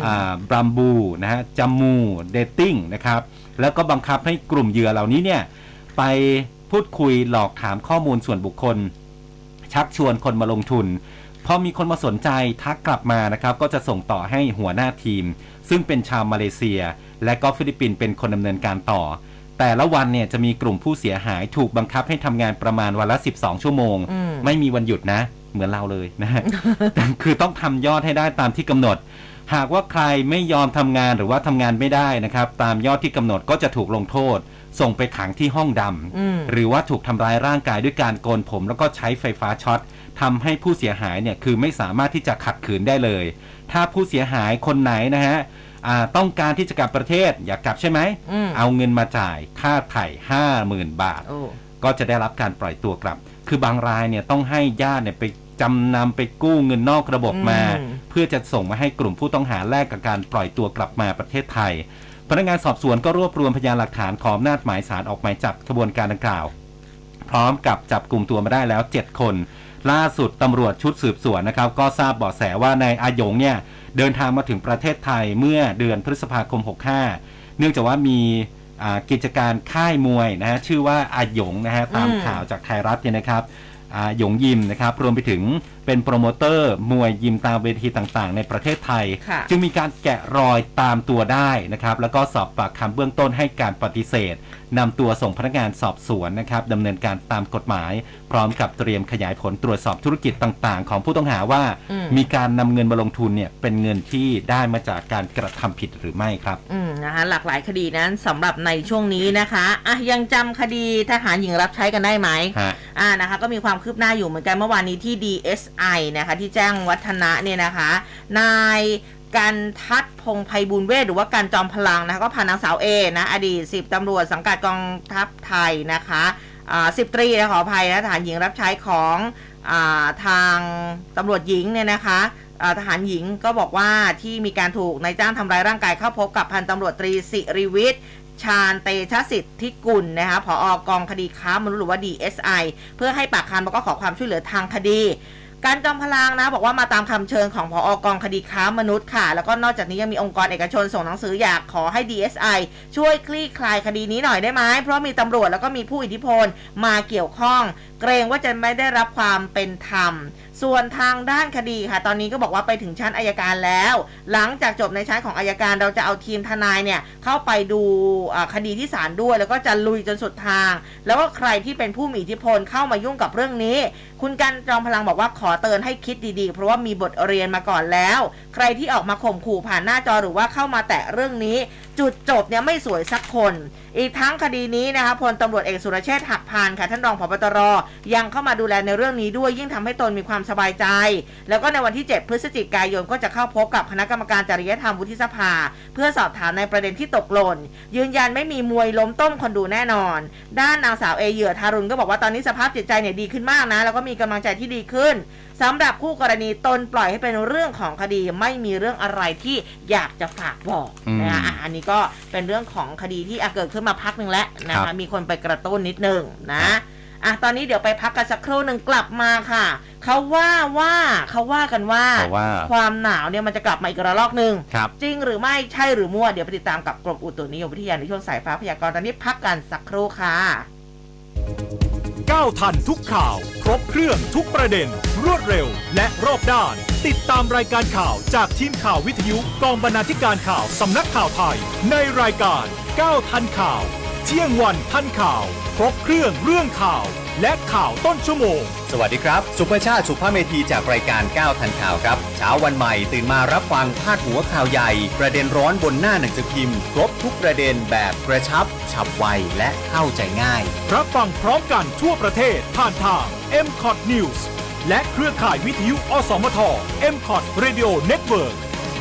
Bumble นะฮะ Jamu Dating นะครับแล้วก็บังคับให้กลุ่มเหยื่อเหล่านี้เนี่ยไปพูดคุยหลอกถามข้อมูลส่วนบุคคลชักชวนคนมาลงทุนพอมีคนมาสนใจทักกลับมานะครับก็จะส่งต่อให้หัวหน้าทีมซึ่งเป็นชาวมาเลเซียและก็ฟิลิปปินส์เป็นคนดำเนินการต่อแต่ละวันเนี่ยจะมีกลุ่มผู้เสียหายถูกบังคับให้ทำงานประมาณวันละ12ชั่วโมงไม่มีวันหยุดนะเหมือนเราเลยนะ คือต้องทำยอดให้ได้ตามที่กำหนดหากว่าใครไม่ยอมทำงานหรือว่าทำงานไม่ได้นะครับตามยอดที่กำหนดก็จะถูกลงโทษส่งไปขังที่ห้องดำหรือว่าถูกทำร้ายร่างกายด้วยการโกนผมแล้วก็ใช้ไฟฟ้าช็อตทำให้ผู้เสียหายเนี่ยคือไม่สามารถที่จะขัดขืนได้เลยถ้าผู้เสียหายคนไหนนะฮะต้องการที่จะกลับประเทศอยากกลับใช่ไหมเอาเงินมาจ่ายค่าไถ่ 50,000 บาทก็จะได้รับการปล่อยตัวกลับคือบางรายเนี่ยต้องให้ญาติเนี่ยไปจำนำไปกู้เงินนอกระบบมาเพื่อจะส่งมาให้กลุ่มผู้ต้องหาแลกกับการปล่อยตัวกลับมาประเทศไทยพนักงานสอบสวนก็รวบรวมพยานหลักฐานขออำนาจหมายศาลออกหมายจับขบวนการดังกล่าวพร้อมกับจับกลุ่มตัวมาได้แล้ว7คนล่าสุดตำรวจชุดสืบสวนนะครับก็ทราบเบาะแสว่านายอาหยงเนี่ยเดินทางมาถึงประเทศไทยเมื่อเดือนพฤษภาคม65เนื่องจากว่ามีกิจการค่ายมวยนะฮะชื่อว่าอาหยงนะฮะตามข่าวจากไทยรัฐเนี่ยนะครับหยงยิมนะครับรวมไปถึงเป็นโปรโมเตอร์มวยยิมตามเวทีต่างๆในประเทศไทยจึงมีการแกะรอยตามตัวได้นะครับแล้วก็สอบปากคำเบื้องต้นให้การปฏิเสธนำตัวส่งพนักงานสอบสวนนะครับดำเนินการตามกฎหมายพร้อมกับเตรียมขยายผลตรวจสอบธุรกิจต่างๆของผู้ต้องหาว่ามีการนำเงินมาลงทุนเนี่ยเป็นเงินที่ได้มาจากการกระทำผิดหรือไม่ครับนะคะหลากหลายคดีนั้นสำหรับในช่วงนี้นะคะยังจำคดีทหารหญิงรับใช้กันได้ไหมนะคะก็มีความคืบหน้าอยู่เหมือนกันเมื่อวานนี้ที่ DSI นะคะที่แจ้งวัฒนะเนี่ยนะคะนายการทัดพงษ์ไพบูลย์เวชหรือว่าการจอมพลังนะคะก็พานางสาวเอนะอดีต10ตำรวจสังกัดกองทัพไทยนะคะ10 ตรีนะขออภัยนะทหารหญิงรับใช้ของทางตำรวจหญิงเนี่ยนะคะทหารหญิงก็บอกว่าที่มีการถูกนายจ้างทำร้ายร่างกายเข้าพบกับพันตำรวจตรีสิริวิทย์ชาญเตชะสิทธิกุลนะคะผอ.กองคดีค้ามนุษย์หรือว่า DSI เพื่อให้ปากคำแล้วก็ขอความช่วยเหลือทางคดีการจอมพลังนะบอกว่ามาตามคำเชิญของผอ.กองคดีค้ามนุษย์ค่ะแล้วก็นอกจากนี้ยังมีองค์กรเอกชนส่งหนังสืออยากขอให้ DSI ช่วยคลี่คลายคดีนี้หน่อยได้ไหมเพราะมีตำรวจแล้วก็มีผู้อิทธิพลมาเกี่ยวข้องเกรงว่าจะไม่ได้รับความเป็นธรรมส่วนทางด้านคดีค่ะตอนนี้ก็บอกว่าไปถึงชั้นอัยการแล้วหลังจากจบในชั้นของอัยการเราจะเอาทีมทนายเนี่ยเข้าไปดูคดีที่ศาลด้วยแล้วก็จะลุยจนสุดทางแล้วก็ใครที่เป็นผู้มีอิทธิพลเข้ามายุ่งกับเรื่องนี้คุณกันจอมพลังบอกว่าขอเตือนให้คิดดีๆเพราะว่ามีบทเรียนมาก่อนแล้วใครที่ออกมาข่มขู่ผ่านหน้าจอหรือว่าเข้ามาแตะเรื่องนี้จุดจบเนี่ยไม่สวยสักคนอีกทั้งคดีนี้นะคะพลตำรวจเอกสุรเชษฐ์หักพานค่ะท่านรองผบ.ตร.ยังเข้ามาดูแลในเรื่องนี้ด้วยยิ่งทำให้ตนมีความสบายใจแล้วก็ในวันที่7พฤศจิกายนก็จะเข้าพบกับคณะกรรมการจริยธรรมวุฒิสภาเพื่อสอบถามในประเด็นที่ตกหล่นยืนยันไม่มีมวยล้มต้มคนดูแน่นอนด้านนางสาวเอเหยื่อทารุณก็บอกว่าตอนนี้สภาพจิตใจเนี่ยดีขึ้นมากนะแล้วก็มีกำลังใจที่ดีขึ้นสำหรับคู่กรณีตนปล่อยให้เป็นเรื่องของคดีไม่มีเรื่องอะไรที่อยากจะฝากบอกนะคะอันนี้ก็เป็นเรื่องของคดีที่เกิดขึ้นมาพักหนึ่งแล้วนะคะมีคนไปกระตุ้นนิดนึงนะตอนนี้เดี๋ยวไปพักกันสักครู่หนึ่งกลับมาค่ะเขาว่ากันว่าความหนาวเนี่ยมันจะกลับมาอีกระลอกหนึ่งจริงหรือไม่ใช่หรือมั่วเดี๋ยวไปติดตามกับกรมอุตุนิยมวิทยาในช่วงสายฟ้าพยากรณ์ตอนนี้พักกันสักครู่ค่ะก้าวทันทุกข่าวครบเครื่องทุกประเด็นรวดเร็วและรอบด้านติดตามรายการข่าวจากทีมข่าววิทยุกองบรรณาธิการข่าวสำนักข่าวไทยในรายการก้าวทันข่าวเที่ยงวันทันข่าวครบเครื่องเรื่องข่าวและข่าวต้นชั่วโมงสวัสดีครับสุภชาติสุภเมธีจากรายการก้าวทันข่าวครับเช้าวันใหม่ตื่นมารับฟังพาดหัวข่าวใหญ่ประเด็นร้อนบนหน้าหนังสือพิมพ์ครบทุกประเด็นแบบกระชับฉับไวและเข้าใจง่ายรับฟังพร้อมกันทั่วประเทศผ่านทาง MCOT News และเครือข่ายวิทยุอสมท MCOT Radio Network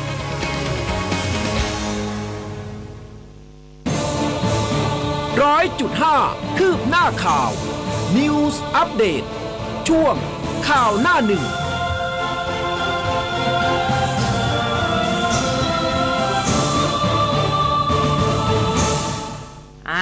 100.5 คืบหน้าข่าว News Update ช่วงข่าวหน้าหนึ่ง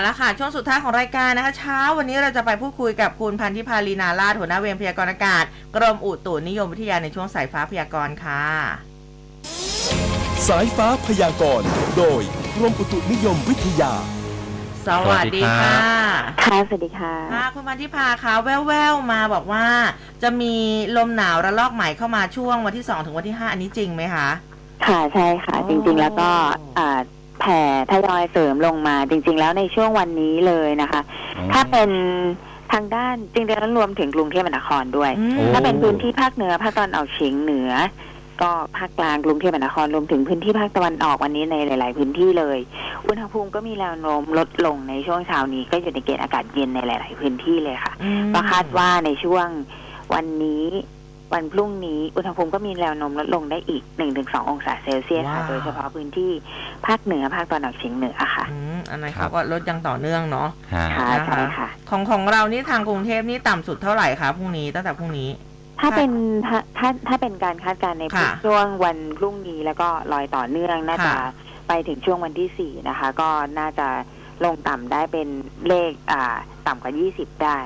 แล้วค่ะช่วงสุดท้ายของรายการนะคะเช้าวันนี้เราจะไปพูดคุยกับคุณพันธิพาลีนาราชหัวหน้าเวรพยากรณ์อากาศกรมอุตุนิยมวิทยาในช่วงสายฟ้าพยากรณ์ค่ะสายฟ้าพยากรณ์โดยกรมอุตุนิยมวิทยาสวัสดีค่ะค่ะสวัสดีค่ะค่ะคุณพันธิพาคะแว่วๆมาบอกว่าจะมีลมหนาวระลอกใหม่เข้ามาช่วงวันที่2ถึงวันที่5อันนี้จริงไหมคะค่ะใช่ค่ะจริงๆแล้วก็แผ่ทยอยเสริมลงมาจริงๆแล้วในช่วงวันนี้เลยนะคะถ้าเป็นทางด้านจริงๆแล้วรวมถึงกรุงเทพมหานครด้วยถ้าเป็นพื้นที่ภาคเหนือภาคตะวันออกเฉียงเหนือก็ภาคกลางกรุงเทพมหานครรวมถึงพื้นที่ภาคตะวันออกวันนี้ในหลายๆพื้นที่เลยอุณหภูมิก็มีแนวโน้มลดลงในช่วงเช้านี้ก็อยู่ในเกณฑ์อากาศเย็นในหลายๆพื้นที่เลยค่ะก็คาดว่าในช่วงวันนี้วันพรุ่งนี้อุณหภูมิก็มีแนวโน้มลดลงได้อีก 1-2 องศาเซลเซียสค่ะโดยเฉพาะพื้นที่ภาคเหนือภาคตะวันออกเฉียงเหนือค่ะอันนั้นเขาก็ลดยังต่อเนื่องเนาะค่ะใช่ค่ะของเรานี่ทางกรุงเทพนี่ต่ำสุดเท่าไหร่คะพรุ่งนี้ตั้งแต่พรุ่งนี้ถ้าเป็นการคาดการณ์ในช่วงวันพรุ่งนี้แล้วก็ลอยต่อเนื่องน่าจะไปถึงช่วงวันที่4นะคะก็น่าจะลงต่ำได้เป็นเลขต่ำกว่า20ได้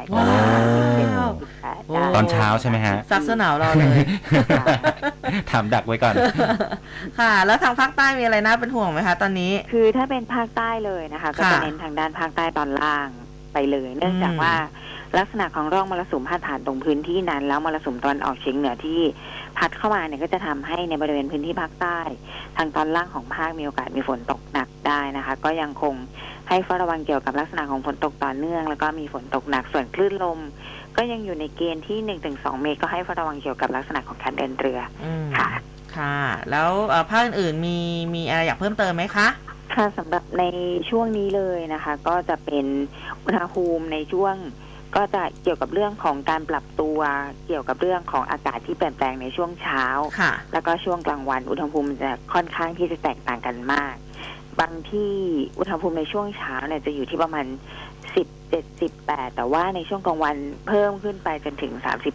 ตอนเช้าใช่ไหมฮะซักเสื้อหนาวเราเลยทำดักไว้ก่อนค่ะแล้วทางภาคใต้มีอะไรน่าเป็นห่วงไหมคะตอนนี้คือถ้าเป็นภาคใต้เลยนะคะก็จะเน้นทางด้านภาคใต้ตอนล่างไปเลยเนื่องจากว่าลักษณะของร่องมรสุมพาดผ่านตรงพื้นที่นั้นแล้วมรสุมตะวันออกเฉียงเหนือที่พัดเข้ามาเนี่ยก็จะทำให้ในบริเวณพื้นที่ภาคใต้ทางตอนล่างของภาคมีโอกาสมีฝนตกหนักได้นะคะก็ยังคงให้เฝ้าระวังเกี่ยวกับลักษณะของฝนตกต่อเนื่องแล้วก็มีฝนตกหนักส่วนคลื่นลมก็ยังอยู่ในเกณฑ์ที่ 1-2 เมตรก็ให้เฝ้าระวังเกี่ยวกับลักษณะของการเดินเรือค่ะค่ะแล้วภาคอื่นมีอะไรอยากเพิ่มเติมไหมคะค่ะสำหรับในช่วงนี้เลยนะคะก็จะเป็นอุณหภูมิในช่วงก็จะเกี่ยวกับเรื่องของการปรับตัวเกี่ยวกับเรื่องของอากาศที่เปลี่ยนแปลงในช่วงเช้าแล้วก็ช่วงกลางวันอุณหภูมิจะค่อนข้างที่จะแตกต่างกันมากบางที่อุณหภูมิในช่วงเช้าเนี่ยจะอยู่ที่ประมาณ17-18แต่ว่าในช่วงกลางวันเพิ่มขึ้นไปจนถึง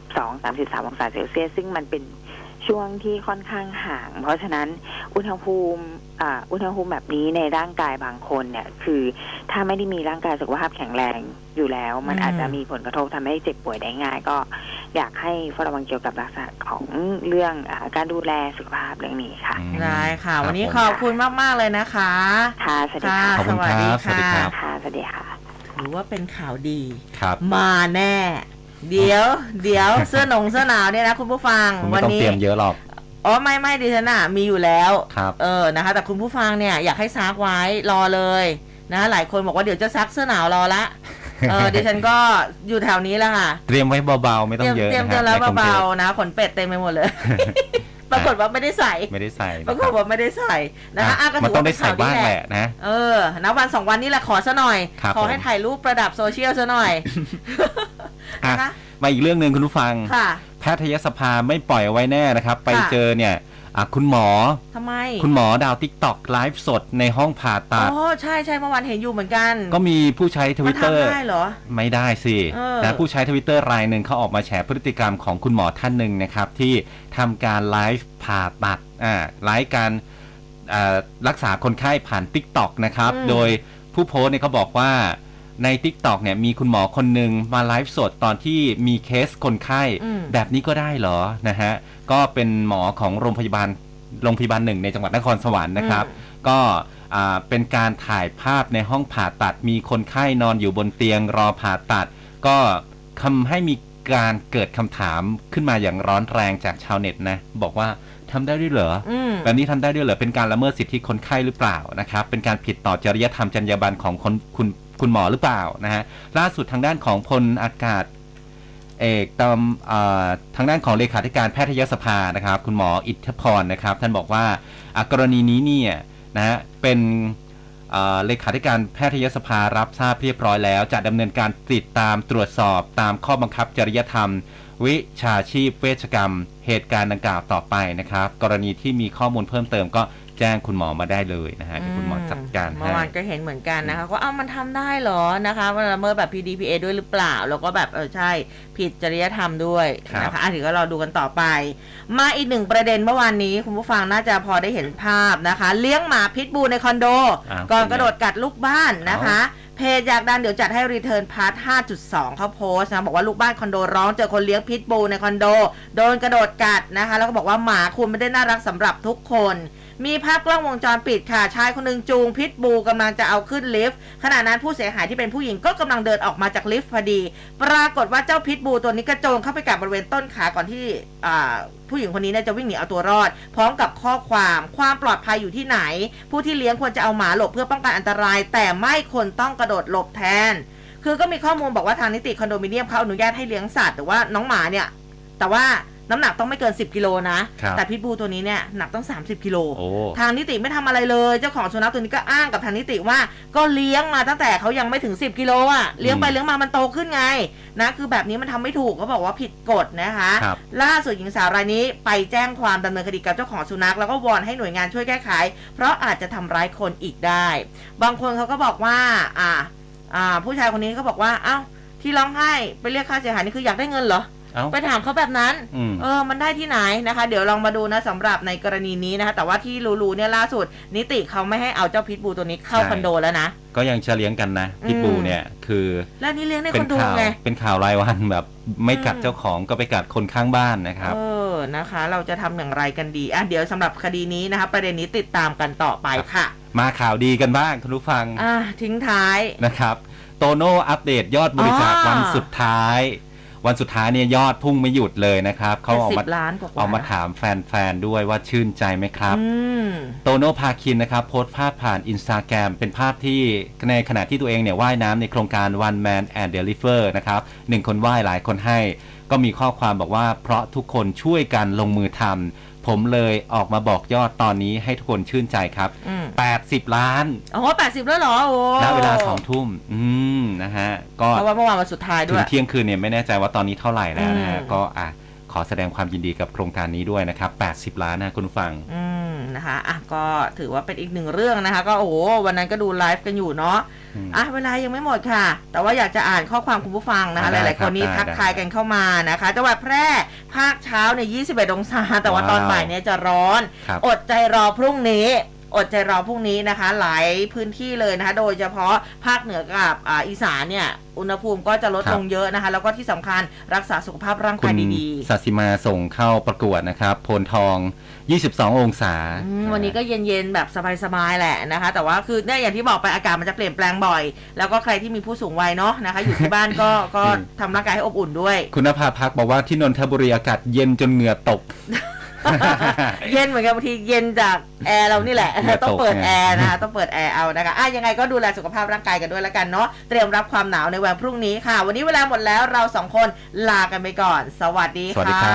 32-33องศาเซลเซียสซึ่งมันเป็นช่วงที่ค่อนข้างห่างเพราะฉะนั้นอุณหภูมิแบบนี้ในร่างกายบางคนเนี่ยคือถ้าไม่ได้มีร่างกายสุขภาพแข็งแรงอยู่แล้วมันอาจจะมีผลกระทบทำให้เจ็บป่วยได้ง่ายก็อยากให้เฝ้าระวังเกี่ยวกับลักษณะของเรื่องการดูแลสุขภาพเรื่องนี้ค่ะได้ค่ะวันนี้ขอบคุณมากๆเลยนะคะค่ะสวัสดีค่ะสวัสดีค่ะสวัสดีค่ะถือว่าเป็นข่าวดีมาแน่เดี๋ยวเสื้อหนาวเนี่ยนะคุณผู้ฟังวันนี้ไม่ต้องเตรียมเยอะหรอกอ๋อไม่ดิฉันน่ะมีอยู่แล้วนะคะแต่คุณผู้ฟังเนี่ยอยากให้ซักไว้รอเลยนะหลายคนบอกว่าเดี๋ยวจะซักเสื้อหนาวรอละดิฉันก็อยู่แถวนี้แล้วค่ะเตรียมไว้เบาๆไม่ต้องเยอะเตรียมแล้วเบาๆนะขนเป็ดเต็มไปหมดเลยปรากฏว่าไม่ได้ใส่ปรากฏว่าไม่ได้ใส่นะคะมันต้องได้ใส่บ้างแหละนะนะวัน2วันนี้แหละขอซะหน่อยขอให้ถ่ายรูปประดับโซเชียลซะหน่อยนะคะมาอีกเรื่องนึงคุณผู้ฟังแพทยสภาไม่ปล่อยไว้แน่นะครับไปเจอเนี่ยคุณหมอทำไมคุณหมอดาว TikTok ไลฟ์สดในห้องผ่าตัดใช่เมื่อวานเห็นอยู่เหมือนกันก็มีผู้ใช้ Twitter ได้เหรอไม่ได้สินะผู้ใช้ Twitter รายหนึ่งเขาออกมาแฉพฤติกรรมของคุณหมอท่านหนึ่งนะครับที่ทำการไลฟ์ผ่าตัดไลฟ์การรักษาคนไข้ผ่าน TikTok นะครับโดยผู้โพสต์เนี่ยเขาบอกว่าใน TikTok เนี่ยมีคุณหมอคนหนึ่งมาไลฟ์สดตอนที่มีเคสคนไข้แบบนี้ก็ได้เหรอนะฮะก็เป็นหมอของโรงพยาบาลหนึ่งในจังหวัดนครสวรรค์นะครับก็เป็นการถ่ายภาพในห้องผ่าตัดมีคนไข้นอนอยู่บนเตียงรอผ่าตัดก็ทำให้มีการเกิดคำถามขึ้นมาอย่างร้อนแรงจากชาวเน็ตนะบอกว่าทำได้ด้วยเหรอแบบนี้ทำได้ด้วยเหรอเป็นการละเมิดสิทธิคนไข้หรือเปล่านะครับเป็นการผิดต่อจริยธรรมจรรยาบรรณของคุณหมอหรือเปล่านะฮะล่าสุดทางด้านของพลอากาศเอกทางด้านของเลขาธิการแพทยสภานะครับคุณหมออิทธิพรนะครับท่านบอกว่ากรณีนี้เนี่ยนะเป็นเลขาธิการแพทยสภารับทราบเรียบร้อยแล้วจะดำเนินการติดตามตรวจสอบตามข้อบังคับจริยธรรมวิชาชีพเวชกรรมเหตุการณ์ดังกล่าวต่อไปนะครับกรณีที่มีข้อมูลเพิ่มเติมก็แจ้งคุณหมอมาได้เลยนะฮะที่คุณหมอจัดการเมื่อวานก็เห็นเหมือนกันนะคะว่ามันทำได้เหรอนะคะว่าละเมิดแบบ PDPA ด้วยหรือเปล่าแล้วก็แบบใช่ผิดจริยธรรมด้วยนะคะถือว่าเราดูกันต่อไปมาอีกหนึ่งประเด็นเมื่อวานนี้คุณผู้ฟังน่าจะพอได้เห็นภาพนะคะเลี้ยงหมาพิษบูในคอนโดก่อนกระโดดกัดลูกบ้านนะคะเพจอยากดันเดี๋ยวจัดให้รีเทิร์นพาร์ท 5.2 เขาโพสต์นะบอกว่าลูกบ้านคอนโดร้องเจอคนเลี้ยงพิทบูลในคอนโดโดนกระโดดกัดนะคะแล้วก็บอกว่าหมาคุณไม่ได้น่ารักสำหรับทุกคนมีภาพกล้องวงจรปิดค่ะชายคนหนึ่งจูงพิทบูลกำลังจะเอาขึ้นลิฟต์ขณะนั้นผู้เสียหายที่เป็นผู้หญิงก็กำลังเดินออกมาจากลิฟต์พอดีปรากฏว่าเจ้าพิทบูลตัวนี้กระโจนเข้าไปกับบริเวณต้นขาก่อนที่ผู้หญิงคนนี้จะวิ่งหนีเอาตัวรอดพร้อมกับข้อความปลอดภัยอยู่ที่ไหนผู้ที่เลี้ยงควรจะเอาหมาหลบเพื่อป้องกันอันตรายแต่ไม่ควรต้องกระโดดหลบแทนคือก็มีข้อมูลบอกว่าทางนิติคอนโดมิเนียมเขาอนุญาตให้เลี้ยงสัตว์หรือว่าน้องหมาเนี่ยแต่ว่าน้ำหนักต้องไม่เกิน10 กิโลนะแต่พิทบูลตัวนี้เนี่ยหนักต้อง30 กิโลทางนิติไม่ทำอะไรเลยเจ้าของสุนัขตัวนี้ก็อ้างกับทางนิติว่าก็เลี้ยงมาตั้งแต่เขายังไม่ถึง10 กิโลอ่ะเลี้ยงไปเลี้ยงมามันโตขึ้นไงนะคือแบบนี้มันทำไม่ถูกเขาบอกว่าผิดกฎนะคะล่าสุดหญิงสาวรายนี้ไปแจ้งความดำเนินคดีกับเจ้าของสุนัขแล้วก็วอนให้หน่วยงานช่วยแก้ไขเพราะอาจจะทำร้ายคนอีกได้บางคนเขาก็บอกว่าผู้ชายคนนี้เขาบอกว่าเอ้าที่ร้องไห้ไปเรียกค่าเสียหายนี่คืออยากได้เงินเหรอไปถามเขาแบบนั้นมันได้ที่ไหนนะคะเดี๋ยวลองมาดูนะสำหรับในกรณีนี้นะคะแต่ว่าที่รู้เนี่ยล่าสุดนิติเขาไม่ให้เอาเจ้าพิทบูลตัวนี้เข้าคอนโดแล้วนะก็ยังจะเลี้ยงกันนะพิทบูลเนี่ยคือแล้วนี่เลี้ยงในคอนโดไงเป็นข่าวรายวันแบบไม่กัดเจ้าของก็ไปกัดคนข้างบ้านนะครับนะคะเราจะทำอย่างไรกันดีเดี๋ยวสำหรับคดีนี้นะคะประเด็นนี้ติดตามกันต่อไปค่ะมาข่าวดีกันบ้างคุณผู้ฟังทิ้งท้ายนะครับโตโน่อัปเดตยอดบริจาควันสุดท้ายเนี่ยยอดพุ่งไม่หยุดเลยนะครับเขาออกมาถามแฟนๆด้วยว่าชื่นใจไหมครับโตโน่พาคินนะครับโพสต์ภาพผ่าน Instagram เป็นภาพที่ในขณะที่ตัวเองเนี่ยว่ายน้ำในโครงการ One Man and Deliver นะครับ1 คนว่ายหลายคนให้ก็มีข้อความบอกว่าเพราะทุกคนช่วยกันลงมือทำผมเลยออกมาบอกยอดตอนนี้ให้ทุกคนชื่นใจครับ80 ล้าน 80แล้วเหรอณเวลา20 ทุ่มนะฮะก็เพราะว่าเมื่อวานวันสุดท้ายด้วยถึงเที่ยงคืนเนี่ยไม่แน่ใจว่าตอนนี้เท่าไหร่แล้วนะฮะก็ขอแสดงความยินดีกับโครงการนี้ด้วยนะครับ80 ล้านนะคุณฟังนะคะก็ถือว่าเป็นอีกหนึ่งเรื่องนะคะก็วันนั้นก็ดูไลฟ์กันอยู่เนาะเวลายังไม่หมดค่ะแต่ว่าอยากจะอ่านข้อความคุณผู้ฟังนะคะหลายๆคนนี้ทักทายกันเข้ามานะคะจังหวัดแพร่ภาคเช้าเนี่ย21 องศาแต่ว่าตอนบ่ายเนี่ยจะร้อนอดใจรอพรุ่งนี้นะคะหลายพื้นที่เลยนะคะโดยเฉพาะภาคเหนือกับอีสานเนี่ยอุณหภูมิก็จะลดลงเยอะนะคะแล้วก็ที่สำคัญรักษาสุขภาพร่างกายดีๆสัสิมาส่งเข้าประกวดนะครับโพนทอง22 องศาวันนี้ก็เย็นๆแบบสบายๆแหละนะคะแต่ว่าคือเนี่ยอย่างที่บอกไปอากาศมันจะเปลี่ยนแปลงบ่อยแล้วก็ใครที่มีผู้สูงวัยเนาะนะคะอยู่ที่บ้านก็ทำร่างกายให้อบอุ่นด้วยคุณนภาพักบอกว่าที่นนทบุรีอากาศเย็นจนเหงื่อตกเย็นเหมือนกันบางทีเย็นจากแอร์เรานี่แหละต้องเปิดแอร์นะคะต้องเปิดแอร์เอานะคะยังไงก็ดูแลสุขภาพร่างกายกันด้วยแล้วกันเนาะเตรียมรับความหนาวในวันพรุ่งนี้ค่ะวันนี้เวลาหมดแล้วเรา2 คนลากันไปก่อนสวัสดีค่ะ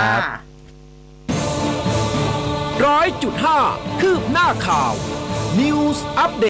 100.5 คืบหน้าข่าว News Update